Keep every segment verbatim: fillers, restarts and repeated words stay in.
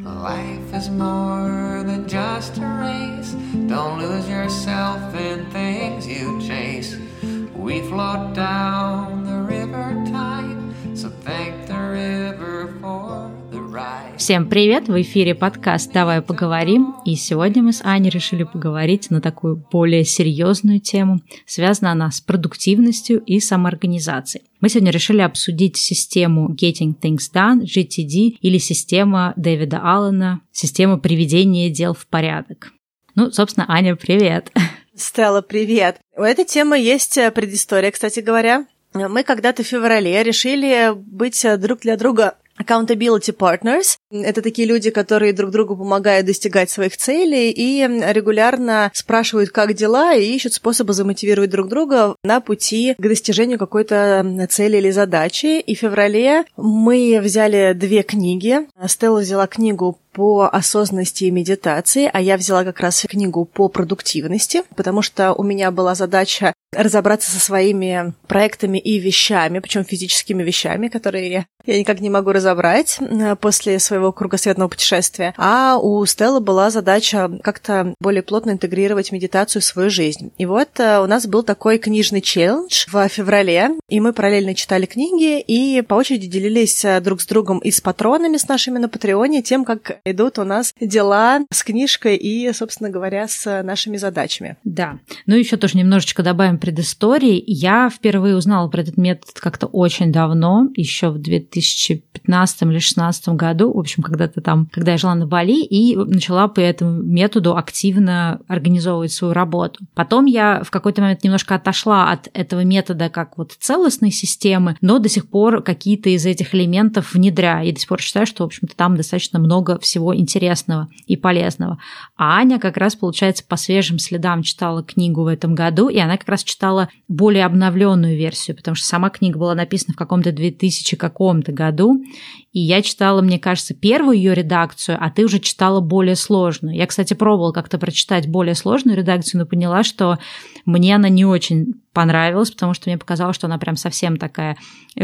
Life is more than just a race. Don't lose yourself in things you chase. We float down the river tide, so thank the river for the ride. Всем привет! В эфире подкаст «Давай поговорим». И сегодня мы с Аней решили поговорить на такую более серьезную тему. Связана она с продуктивностью и самоорганизацией. Мы сегодня решили обсудить систему Getting Things Done, джи ти ди, или система Дэвида Аллена, система приведения дел в порядок. Ну, собственно, Аня, привет! Стелла, привет! У этой темы есть предыстория, кстати говоря. Мы когда-то в феврале решили быть друг для друга accountability partners. Это такие люди, которые друг другу помогают достигать своих целей и регулярно спрашивают, как дела, и ищут способы замотивировать друг друга на пути к достижению какой-то цели или задачи. И в феврале мы взяли две книги. Стелла взяла книгу по осознанности и медитации, а я взяла как раз книгу по продуктивности, потому что у меня была задача разобраться со своими проектами и вещами, причем физическими вещами, которые я, я никак не могу разобрать после своего кругосветного путешествия. А у Стеллы была задача как-то более плотно интегрировать медитацию в свою жизнь. И вот у нас был такой книжный челлендж в феврале, и мы параллельно читали книги и по очереди делились друг с другом и с патронами, с нашими на Патреоне, тем, как идут у нас дела с книжкой и, собственно говоря, с нашими задачами. Да. Ну, еще тоже немножечко добавим предыстории. Я впервые узнала про этот метод как-то очень давно, еще в две тысячи пятнадцатом или две тысячи шестнадцатом году, в общем, когда-то там, когда я жила на Бали, и начала по этому методу активно организовывать свою работу. Потом я в какой-то момент немножко отошла от этого метода как вот целостной системы, но до сих пор какие-то из этих элементов внедряю. И до сих пор считаю, что, в общем-то, там достаточно много всего всего интересного и полезного. А Аня как раз, получается, по свежим следам читала книгу в этом году, и она как раз читала более обновленную версию, потому что сама книга была написана в каком-то две тысячи каком-то году, и я читала, мне кажется, первую ее редакцию, а ты уже читала более сложную. Я, кстати, пробовала как-то прочитать более сложную редакцию, но поняла, что мне она не очень понравилась, потому что мне показалось, что она прям совсем такая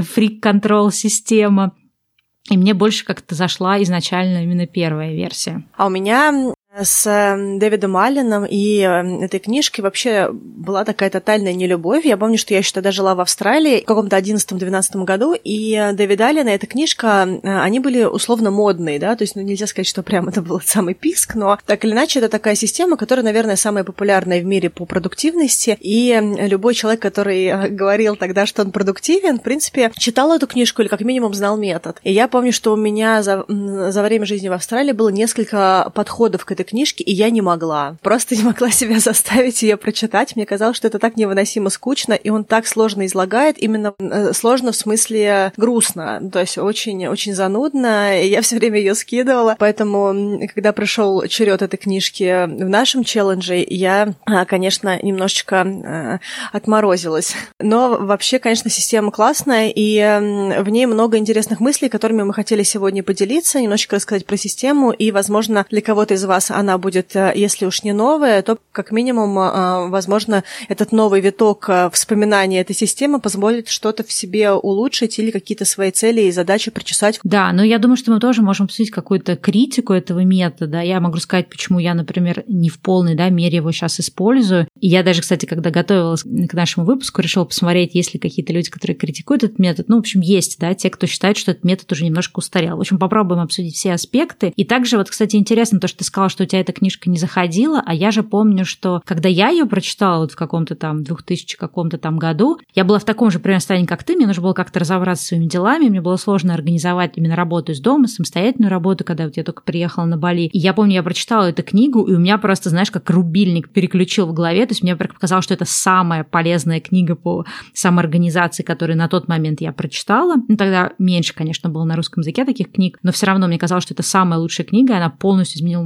фрик-контрол-система. И мне больше как-то зашла изначально именно первая версия. А у меня с Дэвидом Алленом и этой книжкой вообще была такая тотальная нелюбовь. Я помню, что я еще тогда жила в Австралии в каком-то одиннадцатом-двенадцатом году, и Дэвид Аллен и эта книжка, они были условно модные, да, то есть, ну, нельзя сказать, что прям это был самый писк, но так или иначе это такая система, которая, наверное, самая популярная в мире по продуктивности, и любой человек, который говорил тогда, что он продуктивен, в принципе, читал эту книжку или как минимум знал метод. И я помню, что у меня за, за время жизни в Австралии было несколько подходов к этой книжки, и я не могла. Просто не могла себя заставить ее прочитать. Мне казалось, что это так невыносимо скучно, и он так сложно излагает, именно э, сложно в смысле грустно, то есть очень, очень занудно, и я все время ее скидывала. Поэтому, когда пришел черед этой книжки в нашем челлендже, я, конечно, немножечко э, отморозилась. Но вообще, конечно, система классная, и э, в ней много интересных мыслей, которыми мы хотели сегодня поделиться, немножечко рассказать про систему, и, возможно, для кого-то из вас она будет, если уж не новая, то как минимум, возможно, этот новый виток вспоминания этой системы позволит что-то в себе улучшить или какие-то свои цели и задачи прочесать. Да, но я думаю, что мы тоже можем обсудить какую-то критику этого метода. Я могу сказать, почему я, например, не в полной, да, мере его сейчас использую. И я даже, кстати, когда готовилась к нашему выпуску, решила посмотреть, есть ли какие-то люди, которые критикуют этот метод. Ну, в общем, есть, да, те, кто считает, что этот метод уже немножко устарел. В общем, попробуем обсудить все аспекты. И также вот, кстати, интересно то, что ты сказала, что у тебя эта книжка не заходила, а я же помню, что когда я ее прочитала вот в каком-то там двухтысячном каком-то там году, я была в таком же примерно состоянии, как ты, мне нужно было как-то разобраться со своими делами, мне было сложно организовать именно работу из дома, самостоятельную работу, когда вот я только приехала на Бали. И я помню, я прочитала эту книгу, и у меня просто, знаешь, как рубильник переключил в голове, то есть мне показалось, что это самая полезная книга по самоорганизации, которую на тот момент я прочитала. Ну, тогда меньше, конечно, было на русском языке таких книг, но все равно мне казалось, что это самая лучшая книга, и она полностью изменила мое сознание.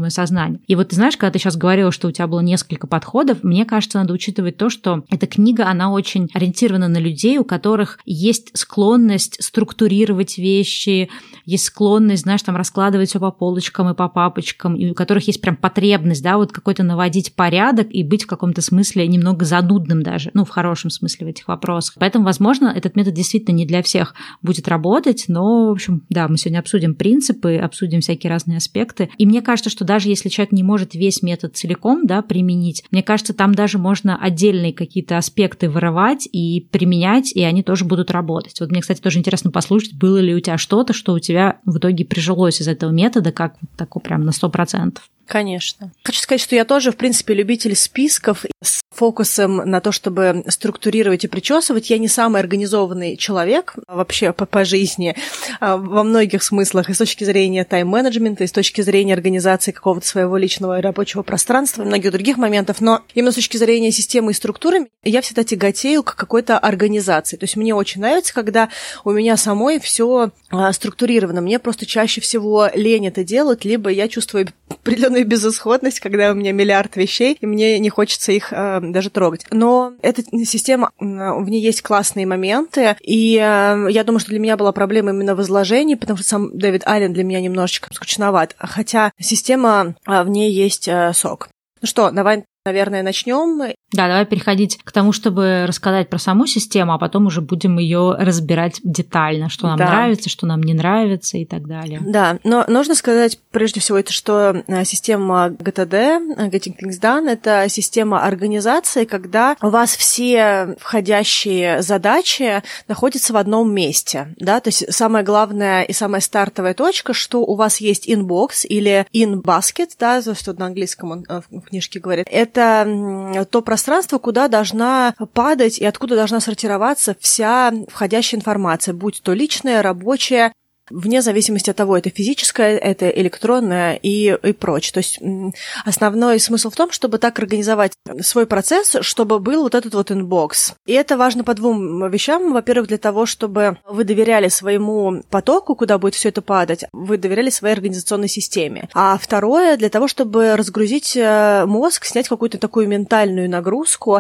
станет. И вот ты знаешь, когда ты сейчас говорила, что у тебя было несколько подходов, мне кажется, надо учитывать то, что эта книга, она очень ориентирована на людей, у которых есть склонность структурировать вещи, есть склонность, знаешь, там раскладывать все по полочкам и по папочкам, и у которых есть прям потребность, да, вот какой-то наводить порядок и быть в каком-то смысле немного занудным даже, ну, в хорошем смысле в этих вопросах. Поэтому, возможно, этот метод действительно не для всех будет работать, но, в общем, да, мы сегодня обсудим принципы, обсудим всякие разные аспекты. И мне кажется, что даже если человек не может весь метод целиком, да, применить, мне кажется, там даже можно отдельные какие-то аспекты вырывать и применять, и они тоже будут работать. Вот мне, кстати, тоже интересно послушать, было ли у тебя что-то, что у тебя в итоге прижилось из этого метода, как такой прям на сто процентов. Конечно. Хочу сказать, что я тоже, в принципе, любитель списков с фокусом на то, чтобы структурировать и причесывать. Я не самый организованный человек вообще по, по жизни во многих смыслах, и с точки зрения тайм-менеджмента, и с точки зрения организации какого-то своего личного рабочего пространства, и многих других моментов. Но именно с точки зрения системы и структуры я всегда тяготею к какой-то организации. То есть мне очень нравится, когда у меня самой все структурировано. Мне просто чаще всего лень это делать, либо я чувствую определенную безысходность, когда у меня миллиард вещей, и мне не хочется их э, даже трогать. Но эта система, в ней есть классные моменты, и э, я думаю, что для меня была проблема именно в изложении, потому что сам Дэвид Аллен для меня немножечко скучноват, хотя система, э, в ней есть э, сок. Ну что, давай, наверное, начнем. Да, давай переходить к тому, чтобы рассказать про саму систему, а потом уже будем ее разбирать детально, что нам да. нравится, что нам не нравится и так далее. Да, но нужно сказать прежде всего, это, что система джи ти ди, Getting Things Done, это система организации, когда у вас все входящие задачи находятся в одном месте. Да? То есть самая главная и самая стартовая точка, что у вас есть inbox или in basket, да, что на английском он в книжке говорит, это то пространство, куда должна падать и откуда должна сортироваться вся входящая информация, будь то личная, рабочая, вне зависимости от того, это физическое, это электронное и, и прочее. То есть основной смысл в том, чтобы так организовать свой процесс, чтобы был вот этот вот инбокс. И это важно по двум вещам. Во-первых, для того, чтобы вы доверяли своему потоку, куда будет все это падать, вы доверяли своей организационной системе. А второе, для того, чтобы разгрузить мозг, снять какую-то такую ментальную нагрузку,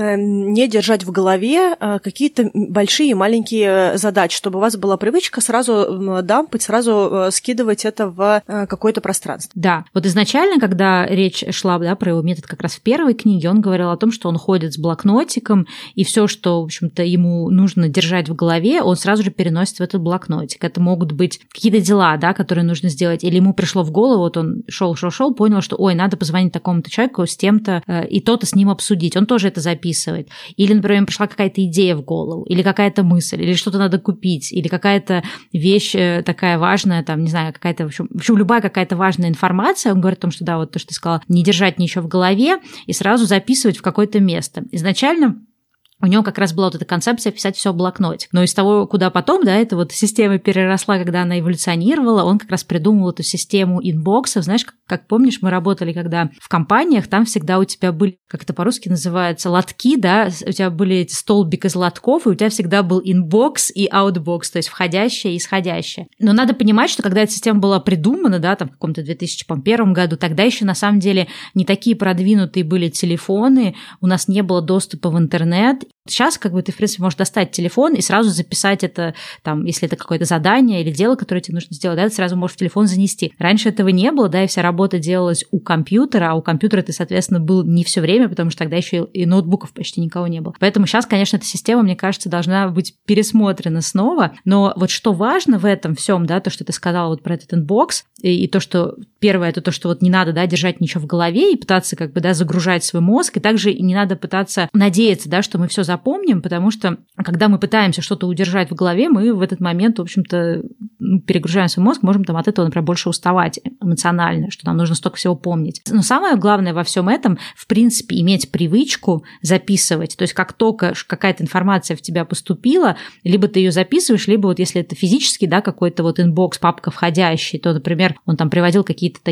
не держать в голове какие-то большие и маленькие задачи, чтобы у вас была привычка сразу дампать, сразу скидывать это в какое-то пространство. Да, вот изначально, когда речь шла, да, про его метод как раз в первой книге, он говорил о том, что он ходит с блокнотиком, и все, что, в общем-то, ему нужно держать в голове, он сразу же переносит в этот блокнотик. Это могут быть какие-то дела, да, которые нужно сделать, или ему пришло в голову, вот он шел, шел, шел, понял, что, ой, надо позвонить такому-то человеку с тем-то, и то-то с ним обсудить. Он тоже это записывает. Или, например, ему пришла какая-то идея в голову, или какая-то мысль, или что-то надо купить, или какая-то вещь такая важная, там, не знаю, какая-то, в общем, в общем, любая какая-то важная информация, он говорит о том, что, да, вот то, что ты сказала, не держать ничего в голове и сразу записывать в какое-то место. Изначально у него как раз была вот эта концепция писать все в блокнотик. Но из того, куда потом, да, эта вот система переросла, когда она эволюционировала, он как раз придумал эту систему инбоксов. Знаешь, как, как помнишь, мы работали, когда в компаниях, там всегда у тебя были, как это по-русски называется, лотки, да, у тебя были эти столбик из лотков, и у тебя всегда был инбокс и аутбокс, то есть входящее и исходящее. Но надо понимать, что когда эта система была придумана, да, там в каком-то две тысячи первом году, тогда еще на самом деле не такие продвинутые были телефоны, у нас не было доступа в интернет. Сейчас, как бы, ты, в принципе, можешь достать телефон и сразу записать это, там, если это какое-то задание или дело, которое тебе нужно сделать, да, ты сразу можешь в телефон занести. Раньше этого не было, да, и вся работа делалась у компьютера, а у компьютера ты, соответственно, был не все время, потому что тогда еще и ноутбуков почти никого не было. Поэтому сейчас, конечно, эта система, мне кажется, должна быть пересмотрена снова. Но вот что важно в этом всем, да, то, что ты сказала вот про этот инбокс, и, и то, что первое, это то, что вот не надо, да, держать ничего в голове и пытаться, как бы, да, загружать свой мозг, и также не надо пытаться надеяться, да, что мы все запомним, потому что когда мы пытаемся что-то удержать в голове, мы в этот момент, в общем-то, перегружаем свой мозг, можем там от этого, например, больше уставать эмоционально, что нам нужно столько всего помнить. Но самое главное во всем этом, в принципе, иметь привычку записывать. То есть как только какая-то информация в тебя поступила, либо ты ее записываешь, либо вот если это физически, да, какой-то вот инбокс, папка входящий, то, например, он там приводил какие-то такие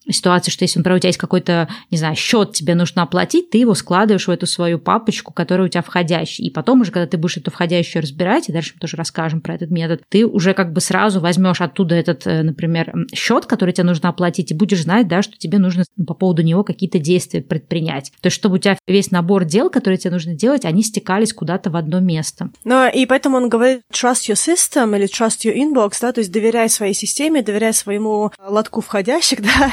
ситуации, что если, например, у тебя есть какой-то, не знаю, счет, тебе нужно оплатить, ты его складываешь в эту свою папочку, которая у тебя входящая. И потом уже, когда ты будешь эту входящую разбирать, и дальше мы тоже расскажем про этот метод, ты уже как бы сразу возьмешь оттуда этот, например, счет, который тебе нужно оплатить, и будешь знать, да, что тебе нужно по поводу него какие-то действия предпринять. То есть, чтобы у тебя весь набор дел, которые тебе нужно делать, они стекались куда-то в одно место. Ну, и поэтому он говорит trust your system или trust your inbox, да, то есть доверяй своей системе, доверяй своему лотку входящих, да.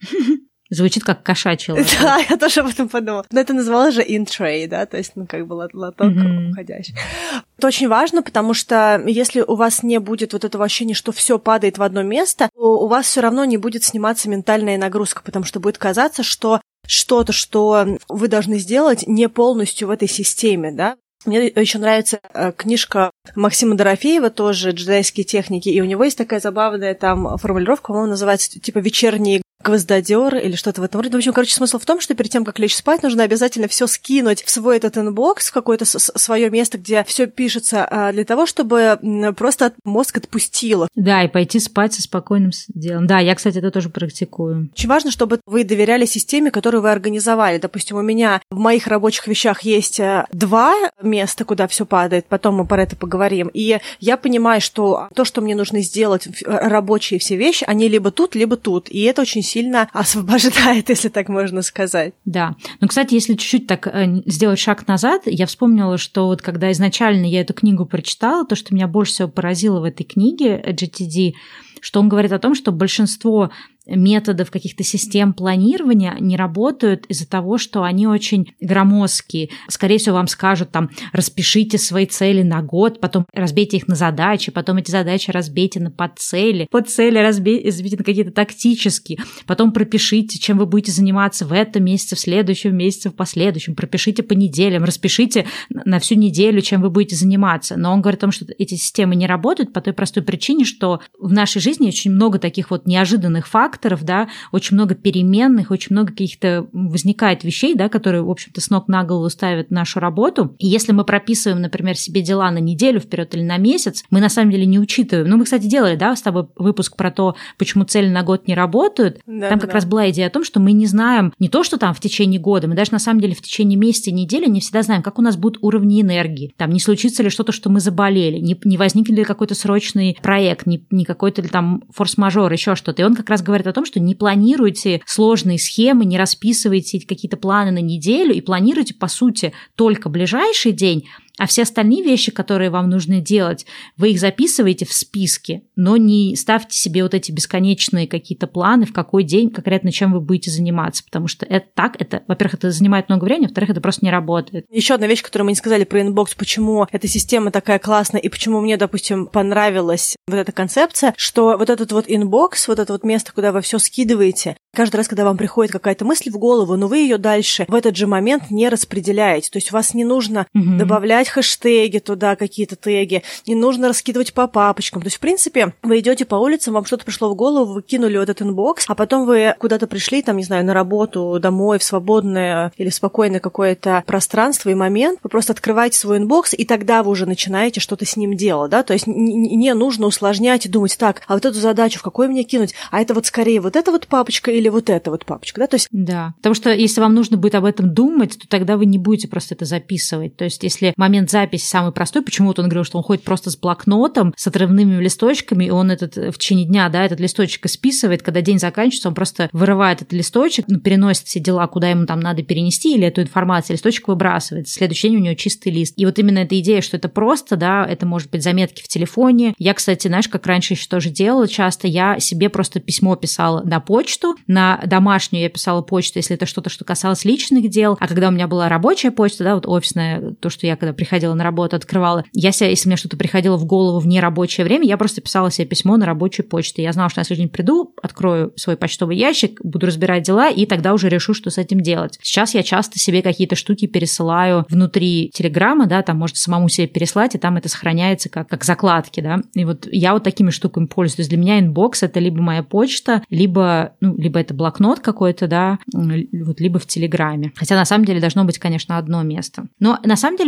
Звучит как кошачий лоток. Да, я тоже об этом подумала. Но это называлось же in-tray, да, то есть, ну, как бы лоток mm-hmm. входящий. Это очень важно, потому что если у вас не будет вот этого ощущения, что все падает в одно место, у вас все равно не будет сниматься ментальная нагрузка, потому что будет казаться, что что-то, что вы должны сделать, не полностью в этой системе, да. Мне еще нравится книжка Максима Дорофеева, тоже «Джедайские техники», и у него есть такая забавная там формулировка, по-моему, называется типа «вечерние гвоздодёр» или что-то в этом роде. В общем, короче, смысл в том, что перед тем, как лечь спать, нужно обязательно все скинуть в свой этот инбокс, в какое-то свое место, где все пишется, для того, чтобы просто мозг отпустило. Да, и пойти спать со спокойным делом. Да, я, кстати, это тоже практикую. Очень важно, чтобы вы доверяли системе, которую вы организовали. Допустим, у меня в моих рабочих вещах есть два места, куда все падает, потом мы про это поговорим. И я понимаю, что то, что мне нужно сделать, рабочие все вещи, они либо тут, либо тут. И это очень сильно освобождает, если так можно сказать. Да. Ну, кстати, если чуть-чуть так сделать шаг назад, я вспомнила, что вот когда изначально я эту книгу прочитала, то, что меня больше всего поразило в этой книге джи ти ди, что он говорит о том, что большинство методов каких-то систем планирования не работают из-за того, что они очень громоздкие. Скорее всего, вам скажут, там, распишите свои цели на год, потом разбейте их на задачи, потом эти задачи разбейте на подцели, подцели разбейте, разбейте на какие-то тактические, потом пропишите, чем вы будете заниматься в этом месяце, в следующем месяце, в последующем, пропишите по неделям, распишите на всю неделю, чем вы будете заниматься. Но он говорит о том, что эти системы не работают по той простой причине, что в нашей жизни очень много таких вот неожиданных фактов, да, очень много переменных, очень много каких-то возникает вещей, да, которые, в общем-то, с ног на голову ставят нашу работу. И если мы прописываем, например, себе дела на неделю вперед или на месяц, мы на самом деле не учитываем. Ну, мы, кстати, делали, да, с тобой выпуск про то, почему цели на год не работают. Да, там да, как да. раз была идея о том, что мы не знаем не то, что там в течение года, мы даже на самом деле в течение месяца и недели не всегда знаем, как у нас будут уровни энергии, там не случится ли что-то, что мы заболели, не, не возникнет ли какой-то срочный проект, не, не какой-то ли там форс-мажор, еще что-то. И он как раз говорит о том, что не планируйте сложные схемы, не расписывайте какие-то планы на неделю и планируйте, по сути, только ближайший день, а все остальные вещи, которые вам нужно делать, вы их записываете в списке, но не ставьте себе вот эти бесконечные какие-то планы, в какой день конкретно чем вы будете заниматься, потому что это так, это, во-первых, это занимает много времени, во-вторых, это просто не работает. Еще одна вещь, которую мы не сказали про инбокс, почему эта система такая классная и почему мне, допустим, понравилась вот эта концепция, что вот этот вот инбокс, вот это вот место, куда вы все скидываете, каждый раз, когда вам приходит какая-то мысль в голову, но вы ее дальше в этот же момент не распределяете, то есть вас не нужно mm-hmm. добавлять хэштеги туда, какие-то теги, не нужно раскидывать по папочкам. То есть, в принципе, вы идете по улицам, вам что-то пришло в голову, вы кинули вот этот инбокс, а потом вы куда-то пришли, там, не знаю, на работу, домой, в свободное или в спокойное какое-то пространство и момент, вы просто открываете свой инбокс, и тогда вы уже начинаете что-то с ним делать, да, то есть не нужно усложнять и думать, так, а вот эту задачу в какой мне кинуть, а это вот скорее вот эта вот папочка или вот эта вот папочка, да, то есть... Да, потому что если вам нужно будет об этом думать, то тогда вы не будете просто это записывать, то есть если момент записи самый простой, почему-то он говорил, что он ходит просто с блокнотом, с отрывными листочками, и он этот в течение дня, да, этот листочек исписывает, когда день заканчивается, он просто вырывает этот листочек, ну, переносит все дела, куда ему там надо перенести, или эту информацию, листочек выбрасывает, в следующий день у него чистый лист. И вот именно эта идея, что это просто, да, это может быть заметки в телефоне. Я, кстати, знаешь, как раньше еще тоже делала часто, я себе просто письмо писала на почту, на домашнюю я писала почту, если это что-то, что касалось личных дел, а когда у меня была рабочая почта, да, вот офисная, то, что я когда приходила на работу, открывала, я себе, если мне что-то приходило в голову в нерабочее время, я просто писала себе письмо на рабочую почту. Я знала, что я сегодня приду, открою свой почтовый ящик, буду разбирать дела, и тогда уже решу, что с этим делать. Сейчас я часто себе какие-то штуки пересылаю внутри Телеграма, да, там можно самому себе переслать, и там это сохраняется как, как закладки, да. И вот я вот такими штуками пользуюсь. То есть для меня инбокс — это либо моя почта, либо, ну, либо это блокнот какой-то, да, вот, либо в Телеграме. Хотя на самом деле должно быть, конечно, одно место. Но на самом деле, мне кажется,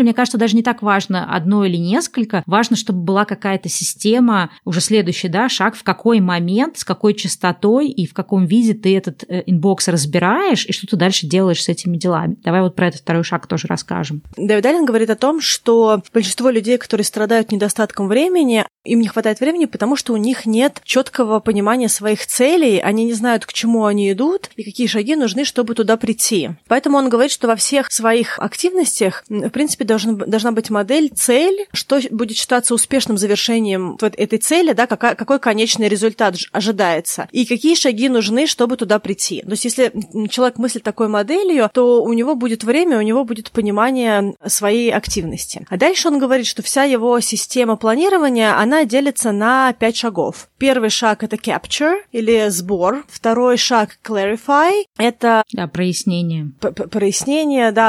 даже не так важно, одно или несколько. Важно, чтобы была какая-то система, уже следующий, да, шаг, в какой момент, с какой частотой и в каком виде ты этот инбокс разбираешь, и что ты дальше делаешь с этими делами. Давай вот про этот второй шаг тоже расскажем. Дэвид Аллен говорит о том, что большинство людей, которые страдают недостатком времени, им не хватает времени, потому что у них нет четкого понимания своих целей, они не знают, к чему они идут и какие шаги нужны, чтобы туда прийти. Поэтому он говорит, что во всех своих активностях, в принципе, должен, должна быть модель, цель, что будет считаться успешным завершением вот этой цели, да, какая, какой конечный результат ожидается, и какие шаги нужны, чтобы туда прийти. То есть если человек мыслит такой моделью, то у него будет время, у него будет понимание своей активности. А дальше он говорит, что вся его система планирования, она делится на пять шагов. Первый шаг — это capture, или сбор. Второй шаг — clarify, это... Да, прояснение. Прояснение, да,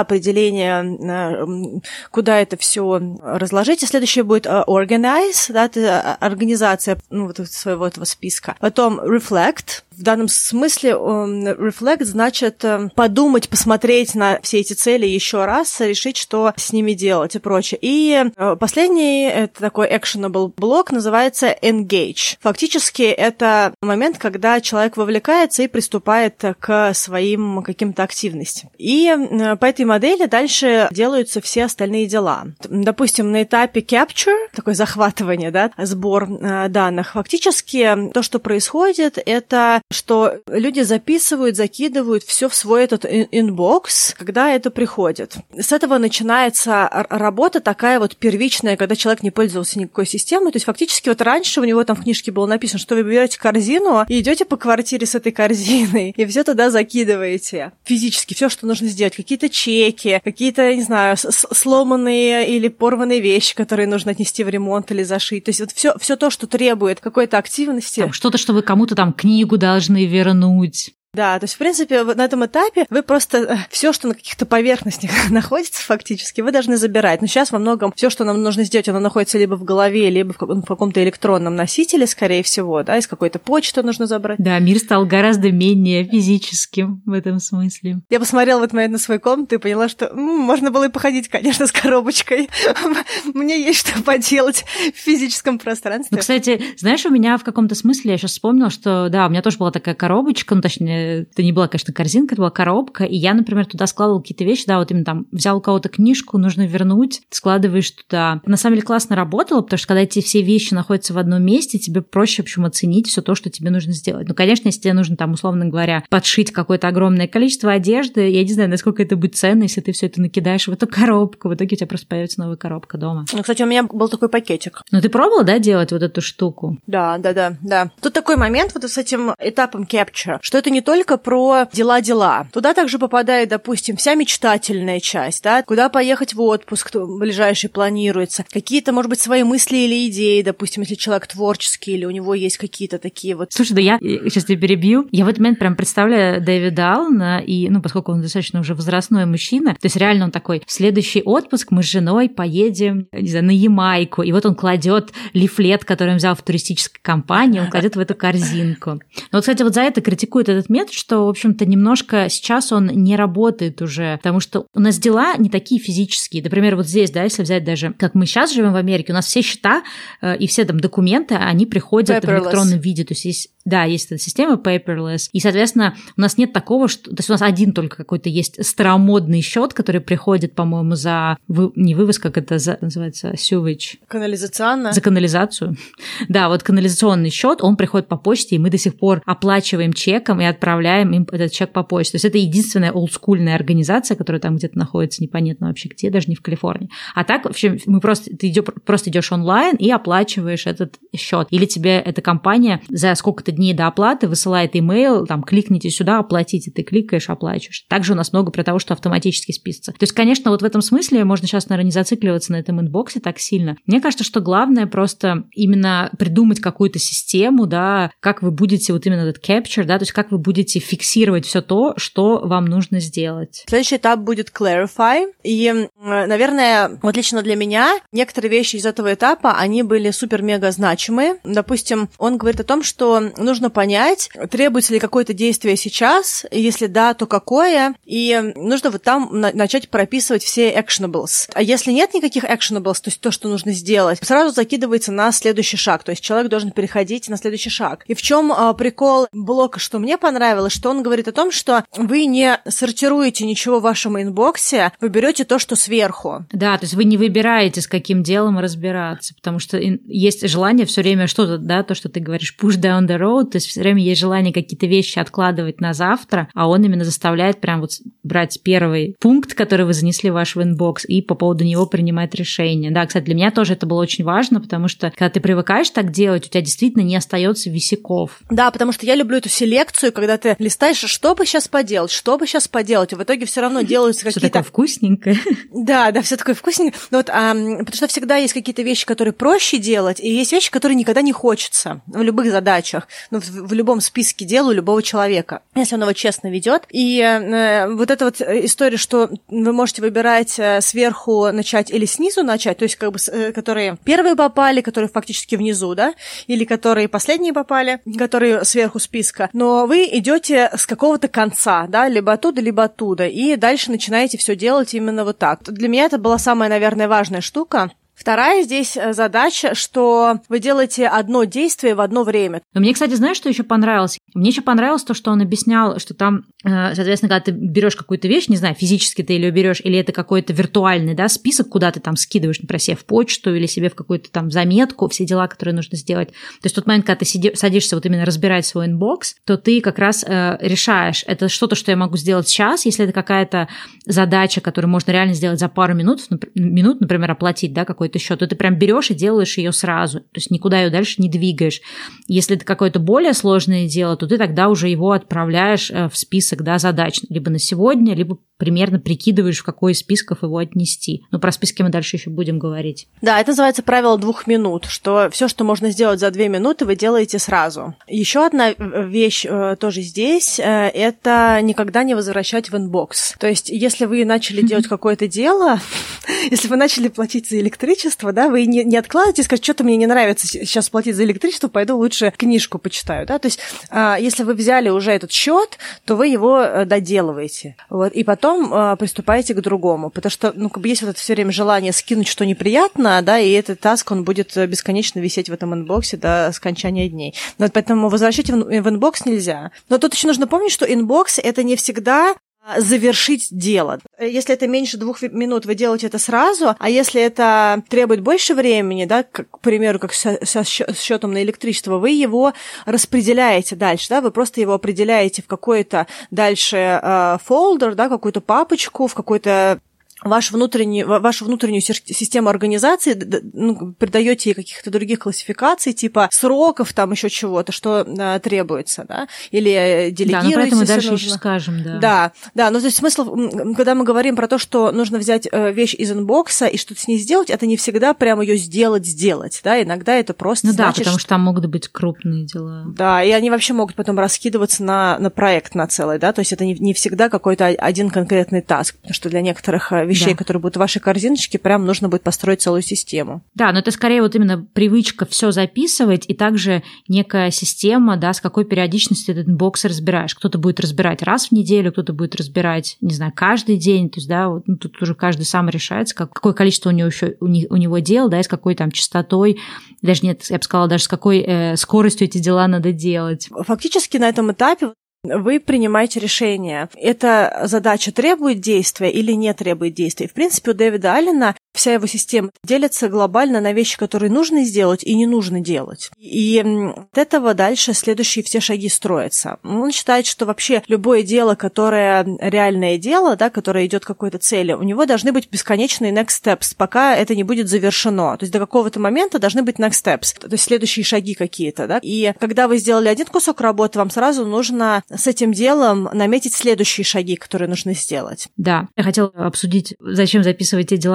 определение, куда это все разложить. И следующее будет organize, да, это организация, ну, вот своего этого списка. Потом reflect. В данном смысле reflect значит подумать, посмотреть на все эти цели еще раз, решить, что с ними делать и прочее. И последний, это такой actionable блок, называется engage. Фактически это момент, когда человек вовлекается и приступает к своим каким-то активностям. И по этой модели дальше делаются все остальные дела. Допустим, на этапе capture, такое захватывание, да, сбор данных, фактически то, что происходит, это что люди записывают, закидывают все в свой этот инбокс, когда это приходит. С этого начинается работа такая вот первичная, когда человек не пользовался никакой системой. То есть фактически вот раньше у него там в книжке было написано, что вы берете корзину и идете по квартире с этой корзиной, и все туда закидываете. Физически все, что нужно сделать. Какие-то чеки, какие-то, не знаю, сломанные или порванные вещи, которые нужно отнести в ремонт или зашить. То есть вот все, все то, что требует какой-то активности. Там что-то, что вы кому-то там книгу должны вернуть. Да, то есть, в принципе, на этом этапе вы просто все, что на каких-то поверхностях находится фактически, вы должны забирать. Но сейчас во многом все, что нам нужно сделать, оно находится либо в голове, либо в каком-то электронном носителе, скорее всего, да, из какой-то почты нужно забрать. Да, мир стал гораздо менее физическим в этом смысле. Я посмотрела в этот момент на свою комнату и поняла, что ну, можно было и походить, конечно, с коробочкой. Мне есть что поделать в физическом пространстве. Ну, кстати, знаешь, у меня в каком-то смысле, я сейчас вспомнила, что, да, у меня тоже была такая коробочка, ну, точнее, это не была, конечно, корзинка, это была коробка, и я, например, туда складывала какие-то вещи, да, вот именно там взял у кого-то книжку, нужно вернуть, складываешь туда. На самом деле классно работало, потому что когда эти все вещи находятся в одном месте, тебе проще, в общем, оценить все то, что тебе нужно сделать. Ну, конечно, если тебе нужно там, условно говоря, подшить какое-то огромное количество одежды, я не знаю, насколько это будет ценно, если ты все это накидаешь в эту коробку, в итоге у тебя просто появится новая коробка дома. Ну, кстати, у меня был такой пакетик. Ну, ты пробовала, да, делать вот эту штуку? Да, да, да, да. Тут такой момент вот с этим этапом capture, что это не только только про дела-дела. Туда также попадает, допустим, вся мечтательная часть, да, куда поехать в отпуск ближайший планируется, какие-то, может быть, свои мысли или идеи, допустим, если человек творческий или у него есть какие-то такие вот... Слушай, да я сейчас тебя перебью. Я в этот момент прям представляю Дэвида Аллена, и, ну, поскольку он достаточно уже возрастной мужчина, то есть реально он такой, в следующий отпуск мы с женой поедем, не знаю, на Ямайку, и вот он кладет лифлет, который он взял в туристической компании, он кладет в эту корзинку. Но вот, кстати, вот за это критикует этот метод, что, в общем-то, немножко сейчас он не работает уже, потому что у нас дела не такие физические. Например, вот здесь, да, если взять даже, как мы сейчас живем в Америке, у нас все счета э, и все там документы, они приходят paperless. В электронном виде, то есть есть, да, есть эта система paperless, и, соответственно, у нас нет такого, что, то есть у нас один только какой-то есть старомодный счет, который приходит, по-моему, за, вы, не вывоз, как это за, называется, sewage. Канализационно. За канализацию. Да, вот канализационный счет, он приходит по почте, и мы до сих пор оплачиваем чеком и отправляем им этот чек по почте. То есть это единственная олдскульная организация, которая там где-то находится, непонятно вообще где, даже не в Калифорнии. А так, в общем, мы просто, ты идёшь, просто идешь онлайн и оплачиваешь этот счет. Или тебе эта компания за сколько-то дней до оплаты высылает имейл, там, кликните сюда, оплатите, ты кликаешь, оплачиваешь. Также у нас много про того, что автоматически списывается. То есть, конечно, вот в этом смысле можно сейчас, наверное, не зацикливаться на этом инбоксе так сильно. Мне кажется, что главное просто именно придумать какую-то систему, да, как вы будете вот именно этот capture, да, то есть как вы будете фиксировать все то, что вам нужно сделать. Следующий этап будет clarify. И, наверное, вот лично для меня некоторые вещи из этого этапа, они были супер-мега значимые. Допустим, он говорит о том, что нужно понять, требуется ли какое-то действие сейчас, если да, то какое, и нужно вот там начать прописывать все actionables. А если нет никаких actionables, то есть то, что нужно сделать, сразу закидывается на следующий шаг, то есть человек должен переходить на следующий шаг. И в чем а, прикол блока, что мне понравилось, что он говорит о том, что вы не сортируете ничего в вашем инбоксе, вы берете то, что сверху. Да, то есть вы не выбираете, с каким делом разбираться, потому что есть желание все время что-то, да, то, что ты говоришь, push down the road, то есть все время есть желание какие-то вещи откладывать на завтра, а он именно заставляет прям вот брать первый пункт, который вы занесли в ваш инбокс, и по поводу него принимать решение. Да, кстати, для меня тоже это было очень важно, потому что когда ты привыкаешь так делать, у тебя действительно не остается висяков. Да, потому что я люблю эту селекцию, когда ты листаешь, что бы сейчас поделать, что бы сейчас поделать, и в итоге все равно делаются какие-то... Все такое вкусненькое. Да, да, все такое вкусненькое. Но вот, а, потому что всегда есть какие-то вещи, которые проще делать, и есть вещи, которые никогда не хочется в любых задачах, ну, в, в любом списке дел у любого человека, если он его честно ведет. И э, вот эта вот история, что вы можете выбирать сверху начать или снизу начать, то есть как бы э, которые первые попали, которые фактически внизу, да, или которые последние попали, которые сверху списка, но вы идете с какого-то конца, да, либо оттуда, либо оттуда, и дальше начинаете все делать именно вот так. Для меня это была самая, наверное, важная штука. Вторая здесь задача, что вы делаете одно действие в одно время. Но мне, кстати, знаешь, что еще понравилось? Мне еще понравилось то, что он объяснял, что там, соответственно, когда ты берешь какую-то вещь, не знаю, физически ты ее берешь, или это какой-то виртуальный, да, список, куда ты там скидываешь, например, себе в почту или себе в какую-то там заметку, все дела, которые нужно сделать. То есть в тот момент, когда ты сиди, садишься вот именно разбирать свой инбокс, то ты как раз э, решаешь, это что-то, что я могу сделать сейчас, если это какая-то задача, которую можно реально сделать за пару минут, минут, например, оплатить, да, какой какой-то счет, то ты прям берешь и делаешь ее сразу, то есть никуда ее дальше не двигаешь. Если это какое-то более сложное дело, то ты тогда уже его отправляешь в список, да, задач, либо на сегодня, либо примерно прикидываешь, в какой из списков его отнести. Ну, про списки мы дальше еще будем говорить. Да, это называется правило двух минут, что все, что можно сделать за две минуты, вы делаете сразу. Еще одна вещь э, тоже здесь, э, это никогда не возвращать в инбокс. То есть, если вы начали делать какое-то дело, если вы начали платить за электричество, да, вы не, не откладываете и скажете, что-то мне не нравится сейчас платить за электричество, пойду лучше книжку почитаю, да, то есть, э, если вы взяли уже этот счет, то вы его э, доделываете, вот, и потом потом э, приступаете к другому, потому что, ну, как бы есть вот это все время желание скинуть что неприятно, да, и этот таск, он будет бесконечно висеть в этом инбоксе до скончания дней. Но поэтому возвращать в, в инбокс нельзя. Но тут еще нужно помнить, что инбокс — это не всегда завершить дело. Если это меньше двух минут, вы делаете это сразу, а если это требует больше времени, да, как, к примеру, как со, со счетом на электричество, вы его распределяете дальше, да, вы просто его определяете в какой-то дальше э, фолдер, да, какую-то папочку, в какой-то Ваш внутренний, вашу внутреннюю систему организации, ну, придаете ей каких-то других классификаций, типа сроков, там еще чего-то, что а, требуется, да, или делегируете. Да, но про это мы дальше нужно. еще скажем, да. Да, да, но то есть смысл, когда мы говорим про то, что нужно взять вещь из инбокса и что-то с ней сделать, это не всегда прямо ее сделать-сделать, да, иногда это просто ну значит, да, потому что... что там могут быть крупные дела. Да, и они вообще могут потом раскидываться на, на проект на целый, да, то есть это не, не всегда какой-то один конкретный таск, потому что для некоторых вещей, да, которые будут в вашей корзиночке, прям нужно будет построить целую систему. Да, но это скорее вот именно привычка все записывать и также некая система, да, с какой периодичностью ты этот инбокс разбираешь. Кто-то будет разбирать раз в неделю, кто-то будет разбирать, не знаю, каждый день, то есть, да, вот, ну, тут уже каждый сам решается, как, какое количество у него еще у, не, у него дел, да, и с какой там частотой, даже нет, я бы сказала, даже с какой э, скоростью эти дела надо делать. Фактически на этом этапе вы принимаете решение, эта задача требует действия или не требует действия. В принципе, у Дэвида Аллена вся его система делится глобально на вещи, которые нужно сделать и не нужно делать. И от этого дальше следующие все шаги строятся. Он считает, что вообще любое дело, которое реальное дело, да, которое идет к какой-то цели, у него должны быть бесконечные next steps, пока это не будет завершено. То есть до какого-то момента должны быть next steps, то есть следующие шаги какие-то. Да? И когда вы сделали один кусок работы, вам сразу нужно с этим делом наметить следующие шаги, которые нужно сделать. Да, я хотела обсудить, зачем записывать те дела, которые не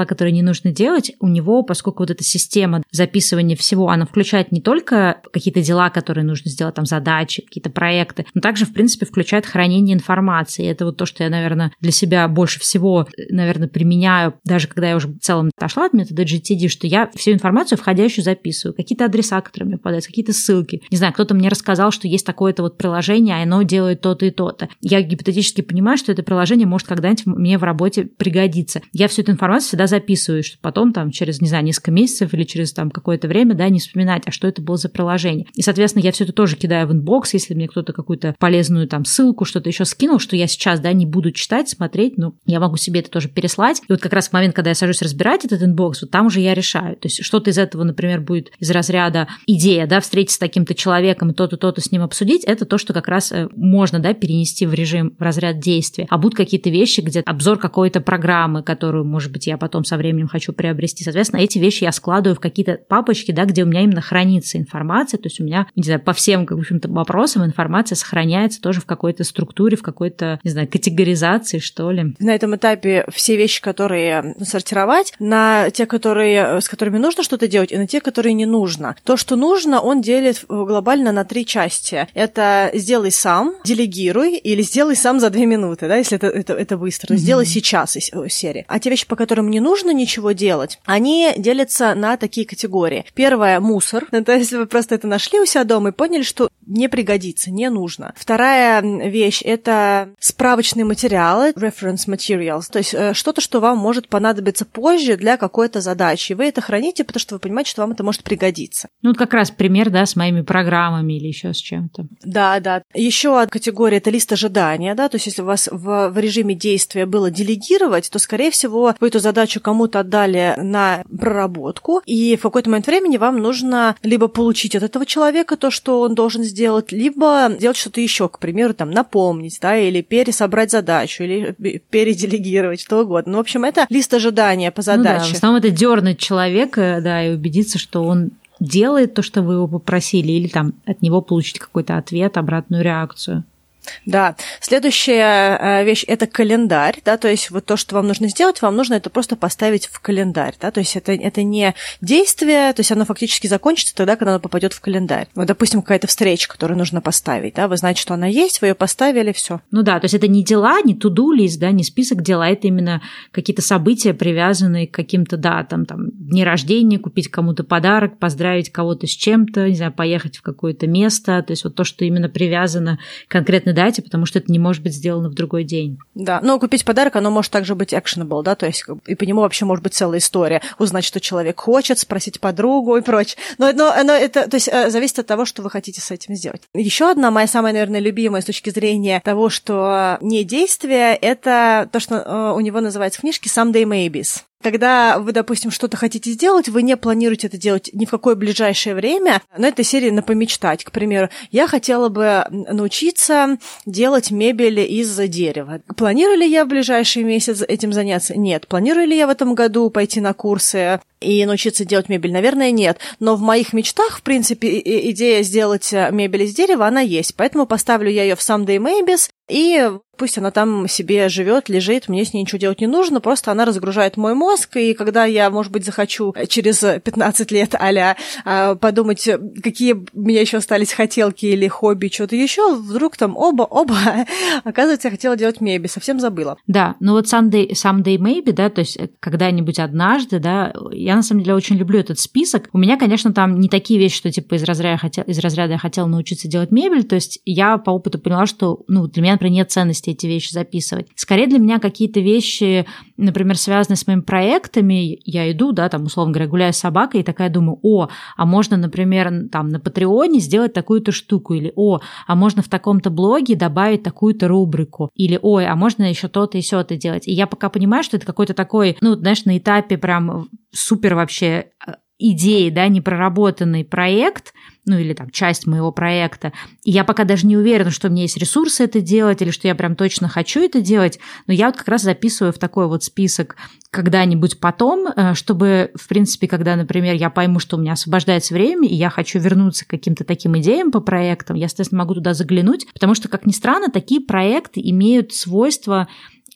нужно делать, у него, поскольку вот эта система записывания всего, она включает не только какие-то дела, которые нужно сделать, там задачи, какие-то проекты, но также, в принципе, включает хранение информации. Это вот то, что я, наверное, для себя больше всего, наверное, применяю, даже когда я уже в целом отошла от метода джи ти ди, что я всю информацию входящую записываю, какие-то адреса, которые мне попадаются, какие-то ссылки. Не знаю, кто-то мне рассказал, что есть такое-то вот приложение, а оно делает то-то и то-то. Я гипотетически понимаю, что это приложение может когда-нибудь мне в работе пригодиться. Я всю эту информацию всегда записываю, чтобы потом там через, не знаю, несколько месяцев или через там какое-то время, да, не вспоминать, а что это было за приложение. И, соответственно, я все это тоже кидаю в инбокс, если мне кто-то какую-то полезную там ссылку, что-то еще скинул, что я сейчас, да, не буду читать, смотреть, но я могу себе это тоже переслать. И вот как раз в момент, когда я сажусь разбирать этот инбокс, вот там уже я решаю. То есть что-то из этого, например, будет из разряда идея, да, встретиться с таким-то человеком и то-то, то-то с ним обсудить, это то, что как раз можно, да, перенести в режим, в разряд действия. А будут какие-то вещи, где обзор какой-то программы, которую, может быть, я потом со временем хочу приобрести. Соответственно, эти вещи я складываю в какие-то папочки, да, где у меня именно хранится информация. То есть у меня, не знаю, по всем, в общем-то, вопросам информация сохраняется тоже в какой-то структуре, в какой-то, не знаю, категоризации, что ли. На этом этапе все вещи, которые сортировать, на те, которые, с которыми нужно что-то делать, и на те, которые не нужно. То, что нужно, он делит глобально на три части. Это сделай сам, делегируй или сделай сам за две минуты, да, если это, это, это быстро. Mm-hmm. Сделай сейчас из серии. А те вещи, по которым не нужно ничего делать, они делятся на такие категории. Первое — мусор. То есть вы просто это нашли у себя дома и поняли, что не пригодится, не нужно. Вторая вещь — это справочные материалы, reference materials, то есть что-то, что вам может понадобиться позже для какой-то задачи. Вы это храните, потому что вы понимаете, что вам это может пригодиться. Ну, вот как раз пример, да, с моими программами или еще с чем-то. Да, да. Еще одна категория — это лист ожидания, да, то есть если у вас в, в режиме действия было делегировать, то, скорее всего, вы эту задачу кому-то отдали на проработку, и в какой-то момент времени вам нужно либо получить от этого человека то, что он должен сделать, либо делать что-то еще, к примеру, там, напомнить, да, или пересобрать задачу, или переделегировать, что угодно. Ну, в общем, это лист ожидания по задаче. Ну да, в основном это дернуть человека, да, и убедиться, что он делает то, что вы его попросили, или там от него получить какой-то ответ, обратную реакцию. Да. Следующая вещь — это календарь, да, то есть вот то, что вам нужно сделать, вам нужно это просто поставить в календарь, да, то есть это, это не действие, то есть оно фактически закончится тогда, когда оно попадет в календарь. Вот, допустим, какая-то встреча, которую нужно поставить, да, вы знаете, что она есть, вы ее поставили, все. Ну да, то есть это не дела, не to-do list, да, не список дел, а это именно какие-то события, привязанные к каким-то датам, там, дни рождения, купить кому-то подарок, поздравить кого-то с чем-то, не знаю, поехать в какое-то место, то есть вот то, что именно привязано к конкретной дате, потому что это не может быть сделано в другой день. Да, но купить подарок, оно может также быть actionable, да, то есть и по нему вообще может быть целая история. Узнать, что человек хочет, спросить подругу и прочее. Но, но, но это, то есть, зависит от того, что вы хотите с этим сделать. Еще одна моя самая, наверное, любимая с точки зрения того, что не действие, это то, что у него называется в книжке someday maybes. Когда вы, допустим, что-то хотите сделать, вы не планируете это делать ни в какое ближайшее время, но этой серии на помечтать. К примеру, я хотела бы научиться делать мебель из дерева. Планирую ли я в ближайший месяц этим заняться? Нет. Планирую ли я в этом году пойти на курсы и научиться делать мебель? Наверное, нет. Но в моих мечтах, в принципе, идея сделать мебель из дерева, она есть. Поэтому поставлю я ее в someday maybes, и пусть она там себе живет, лежит, мне с ней ничего делать не нужно, просто она разгружает мой мозг, и когда я, может быть, захочу через пятнадцать лет а-ля подумать, какие у меня еще остались хотелки или хобби, что-то еще, вдруг там оба-оба, оказывается, я хотела делать мебель, совсем забыла. Да, ну вот someday, someday maybe, да, то есть когда-нибудь однажды, да, я на самом деле очень люблю этот список. У меня, конечно, там не такие вещи, что типа из разряда, хотел, из разряда я хотела научиться делать мебель, то есть я по опыту поняла, что, ну, для меня, например, нет ценности эти вещи записывать. Скорее для меня какие-то вещи, например, связанные с моими проектами, я иду, да, там, условно говоря, гуляю с собакой и такая думаю, о, а можно, например, там, на Патреоне сделать такую-то штуку, или, о, а можно в таком-то блоге добавить такую-то рубрику, или, ой, а можно еще то-то и сё-то делать. И я пока понимаю, что это какой-то такой, ну, знаешь, на этапе прям супер вообще идеи, да, непроработанный проект, ну или там часть моего проекта, и я пока даже не уверена, что у меня есть ресурсы это делать, или что я прям точно хочу это делать, но я вот как раз записываю в такой вот список когда-нибудь потом, чтобы, в принципе, когда, например, я пойму, что у меня освобождается время, и я хочу вернуться к каким-то таким идеям по проектам, я, соответственно, могу туда заглянуть, потому что, как ни странно, такие проекты имеют свойство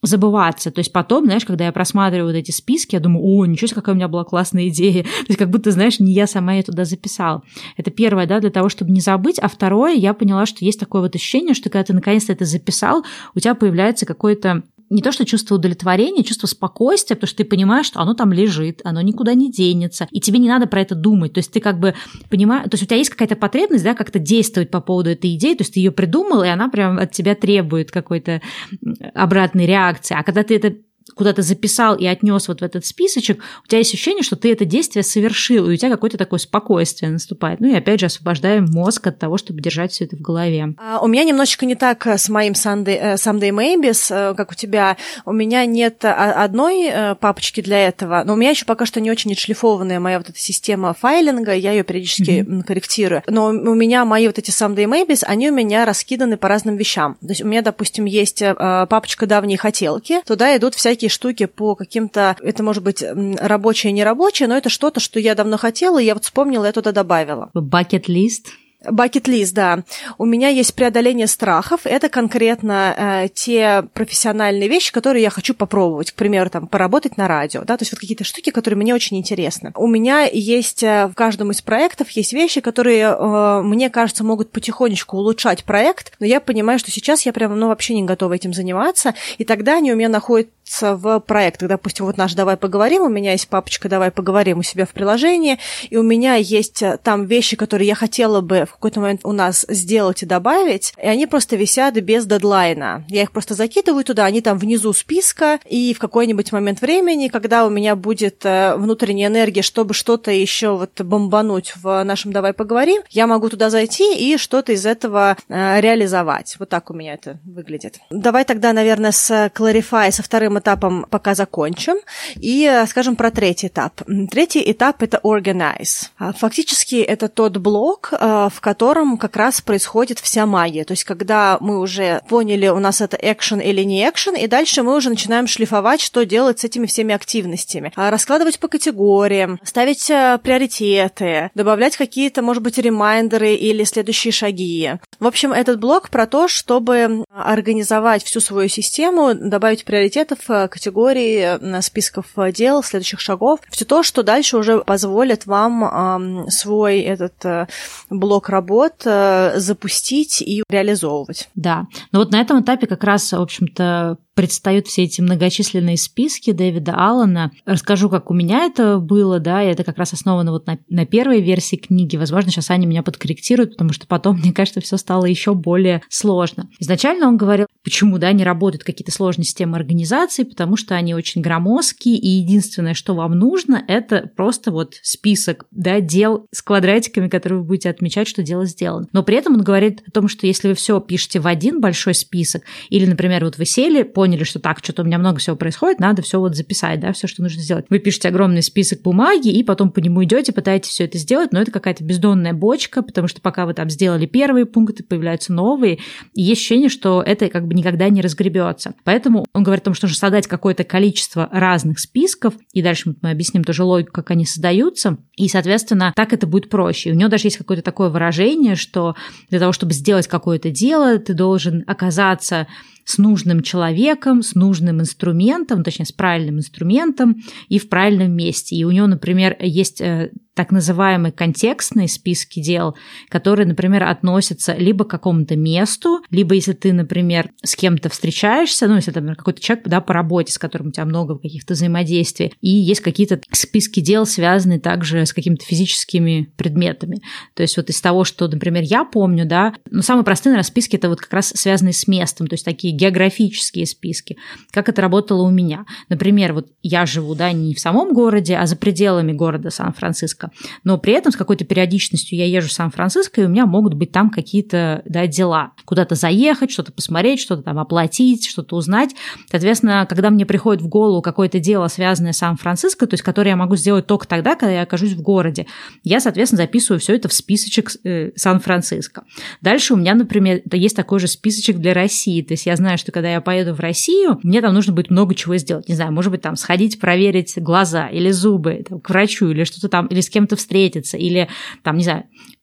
забываться. То есть потом, знаешь, когда я просматриваю вот эти списки, я думаю, о, ничего себе, какая у меня была классная идея. То есть как будто, знаешь, не я сама ее туда записала. Это первое, да, для того, чтобы не забыть. А второе, я поняла, что есть такое вот ощущение, что когда ты наконец-то это записал, у тебя появляется какое-то не то что чувство удовлетворения, чувство спокойствия, потому что ты понимаешь, что оно там лежит, оно никуда не денется, и тебе не надо про это думать. То есть ты как бы понимаешь, то есть у тебя есть какая-то потребность, да, как-то действовать по поводу этой идеи, то есть ты ее придумал, и она прям от тебя требует какой-то обратной реакции. А когда ты это куда-то записал и отнес вот в этот списочек, у тебя есть ощущение, что ты это действие совершил, и у тебя какое-то такое спокойствие наступает. Ну и опять же освобождаем мозг от того, чтобы держать все это в голове. А, у меня немножечко не так с моим Sunday, Someday Maybe's, как у тебя. У меня нет одной папочки для этого, но у меня еще пока что не очень отшлифованная моя вот эта система файлинга, я ее периодически mm-hmm. корректирую. Но у меня мои вот эти Someday Maybe's, они у меня раскиданы по разным вещам. То есть у меня, допустим, есть папочка «Давние хотелки», туда идут всякие всякие штуки по каким-то, это может быть рабочее, нерабочее, но это что-то, что я давно хотела, и я вот вспомнила, я туда добавила. Bucket-лист. Bucket-лист, да. У меня есть преодоление страхов. Это конкретно э, те профессиональные вещи, которые я хочу попробовать. К примеру, там, поработать на радио, да, то есть вот какие-то штуки, которые мне очень интересны. У меня есть э, в каждом из проектов есть вещи, которые, э, мне кажется, могут потихонечку улучшать проект, но я понимаю, что сейчас я прям, ну, вообще не готова этим заниматься, и тогда они у меня находятся в проектах. Допустим, вот наш «Давай поговорим», у меня есть папочка «Давай поговорим» у себя в приложении, и у меня есть там вещи, которые я хотела бы в какой-то момент у нас сделать и добавить, и они просто висят без дедлайна. Я их просто закидываю туда, они там внизу списка, и в какой-нибудь момент времени, когда у меня будет внутренняя энергия, чтобы что-то еще вот бомбануть в нашем «Давай поговорим», я могу туда зайти и что-то из этого реализовать. Вот так у меня это выглядит. Давай тогда, наверное, с Clarify, со вторым этапом пока закончим, и скажем про третий этап. Третий этап — это Organize. Фактически это тот блок, в в котором как раз происходит вся магия. То есть когда мы уже поняли, у нас это экшен или не экшен, и дальше мы уже начинаем шлифовать, что делать с этими всеми активностями. Раскладывать по категориям, ставить приоритеты, добавлять какие-то, может быть, ремайндеры или следующие шаги. В общем, этот блок про то, чтобы организовать всю свою систему, добавить приоритетов, категорий, списков дел, следующих шагов. Все то, что дальше уже позволит вам свой этот блок работ запустить и реализовывать. Да, но вот на этом этапе как раз, в общем-то, предстают все эти многочисленные списки Дэвида Аллена. Расскажу, как у меня это было, да, и это как раз основано вот на, на первой версии книги. Возможно, сейчас Аня меня подкорректирует, потому что потом, мне кажется, все стало еще более сложно. Изначально он говорил, почему, да, не работают какие-то сложные системы организации, потому что они очень громоздкие, и единственное, что вам нужно, это просто вот список, да, дел с квадратиками, которые вы будете отмечать, что дело сделано. Но при этом он говорит о том, что если вы все пишете в один большой список, или, например, вот вы сели, поняли, что так, что-то у меня много всего происходит, надо все вот записать, да, все, что нужно сделать. Вы пишете огромный список бумаги, и потом по нему идете, пытаетесь все это сделать, но это какая-то бездонная бочка, потому что пока вы там сделали первые пункты, появляются новые, и есть ощущение, что это как бы никогда не разгребется. Поэтому он говорит о том, что нужно создать какое-то количество разных списков, и дальше мы объясним тоже логику, как они создаются, и, соответственно, так это будет проще. И у него даже есть какое-то такое выражение, что для того, чтобы сделать какое-то дело, ты должен оказаться с нужным человеком, с нужным инструментом, точнее, с правильным инструментом и в правильном месте. И у него, например, есть так называемые контекстные списки дел, которые, например, относятся либо к какому-то месту, либо если ты, например, с кем-то встречаешься, ну, если это, например, какой-то человек, да, по работе, с которым у тебя много каких-то взаимодействий, и есть какие-то списки дел, связанные также с какими-то физическими предметами. То есть вот из того, что, например, я помню, да, ну, самые простые, наверное, списки — это вот как раз связанные с местом, то есть такие географические списки. Как это работало у меня? Например, вот я живу, да, не в самом городе, а за пределами города Сан-Франциско, но при этом с какой-то периодичностью я езжу в Сан-Франциско, и у меня могут быть там какие-то, да, дела. Куда-то заехать, что-то посмотреть, что-то там оплатить, что-то узнать. Соответственно, когда мне приходит в голову какое-то дело, связанное с Сан-Франциско, то есть которое я могу сделать только тогда, когда я окажусь в городе, я, соответственно, записываю все это в списочек э, Сан-Франциско. Дальше у меня, например, есть такой же списочек для России. То есть я знаю, что когда я поеду в Россию, мне там нужно будет много чего сделать. Не знаю, может быть, там сходить проверить глаза или зубы там, к врачу, или что-то там, или с кем-то встретиться, или там, не знаю,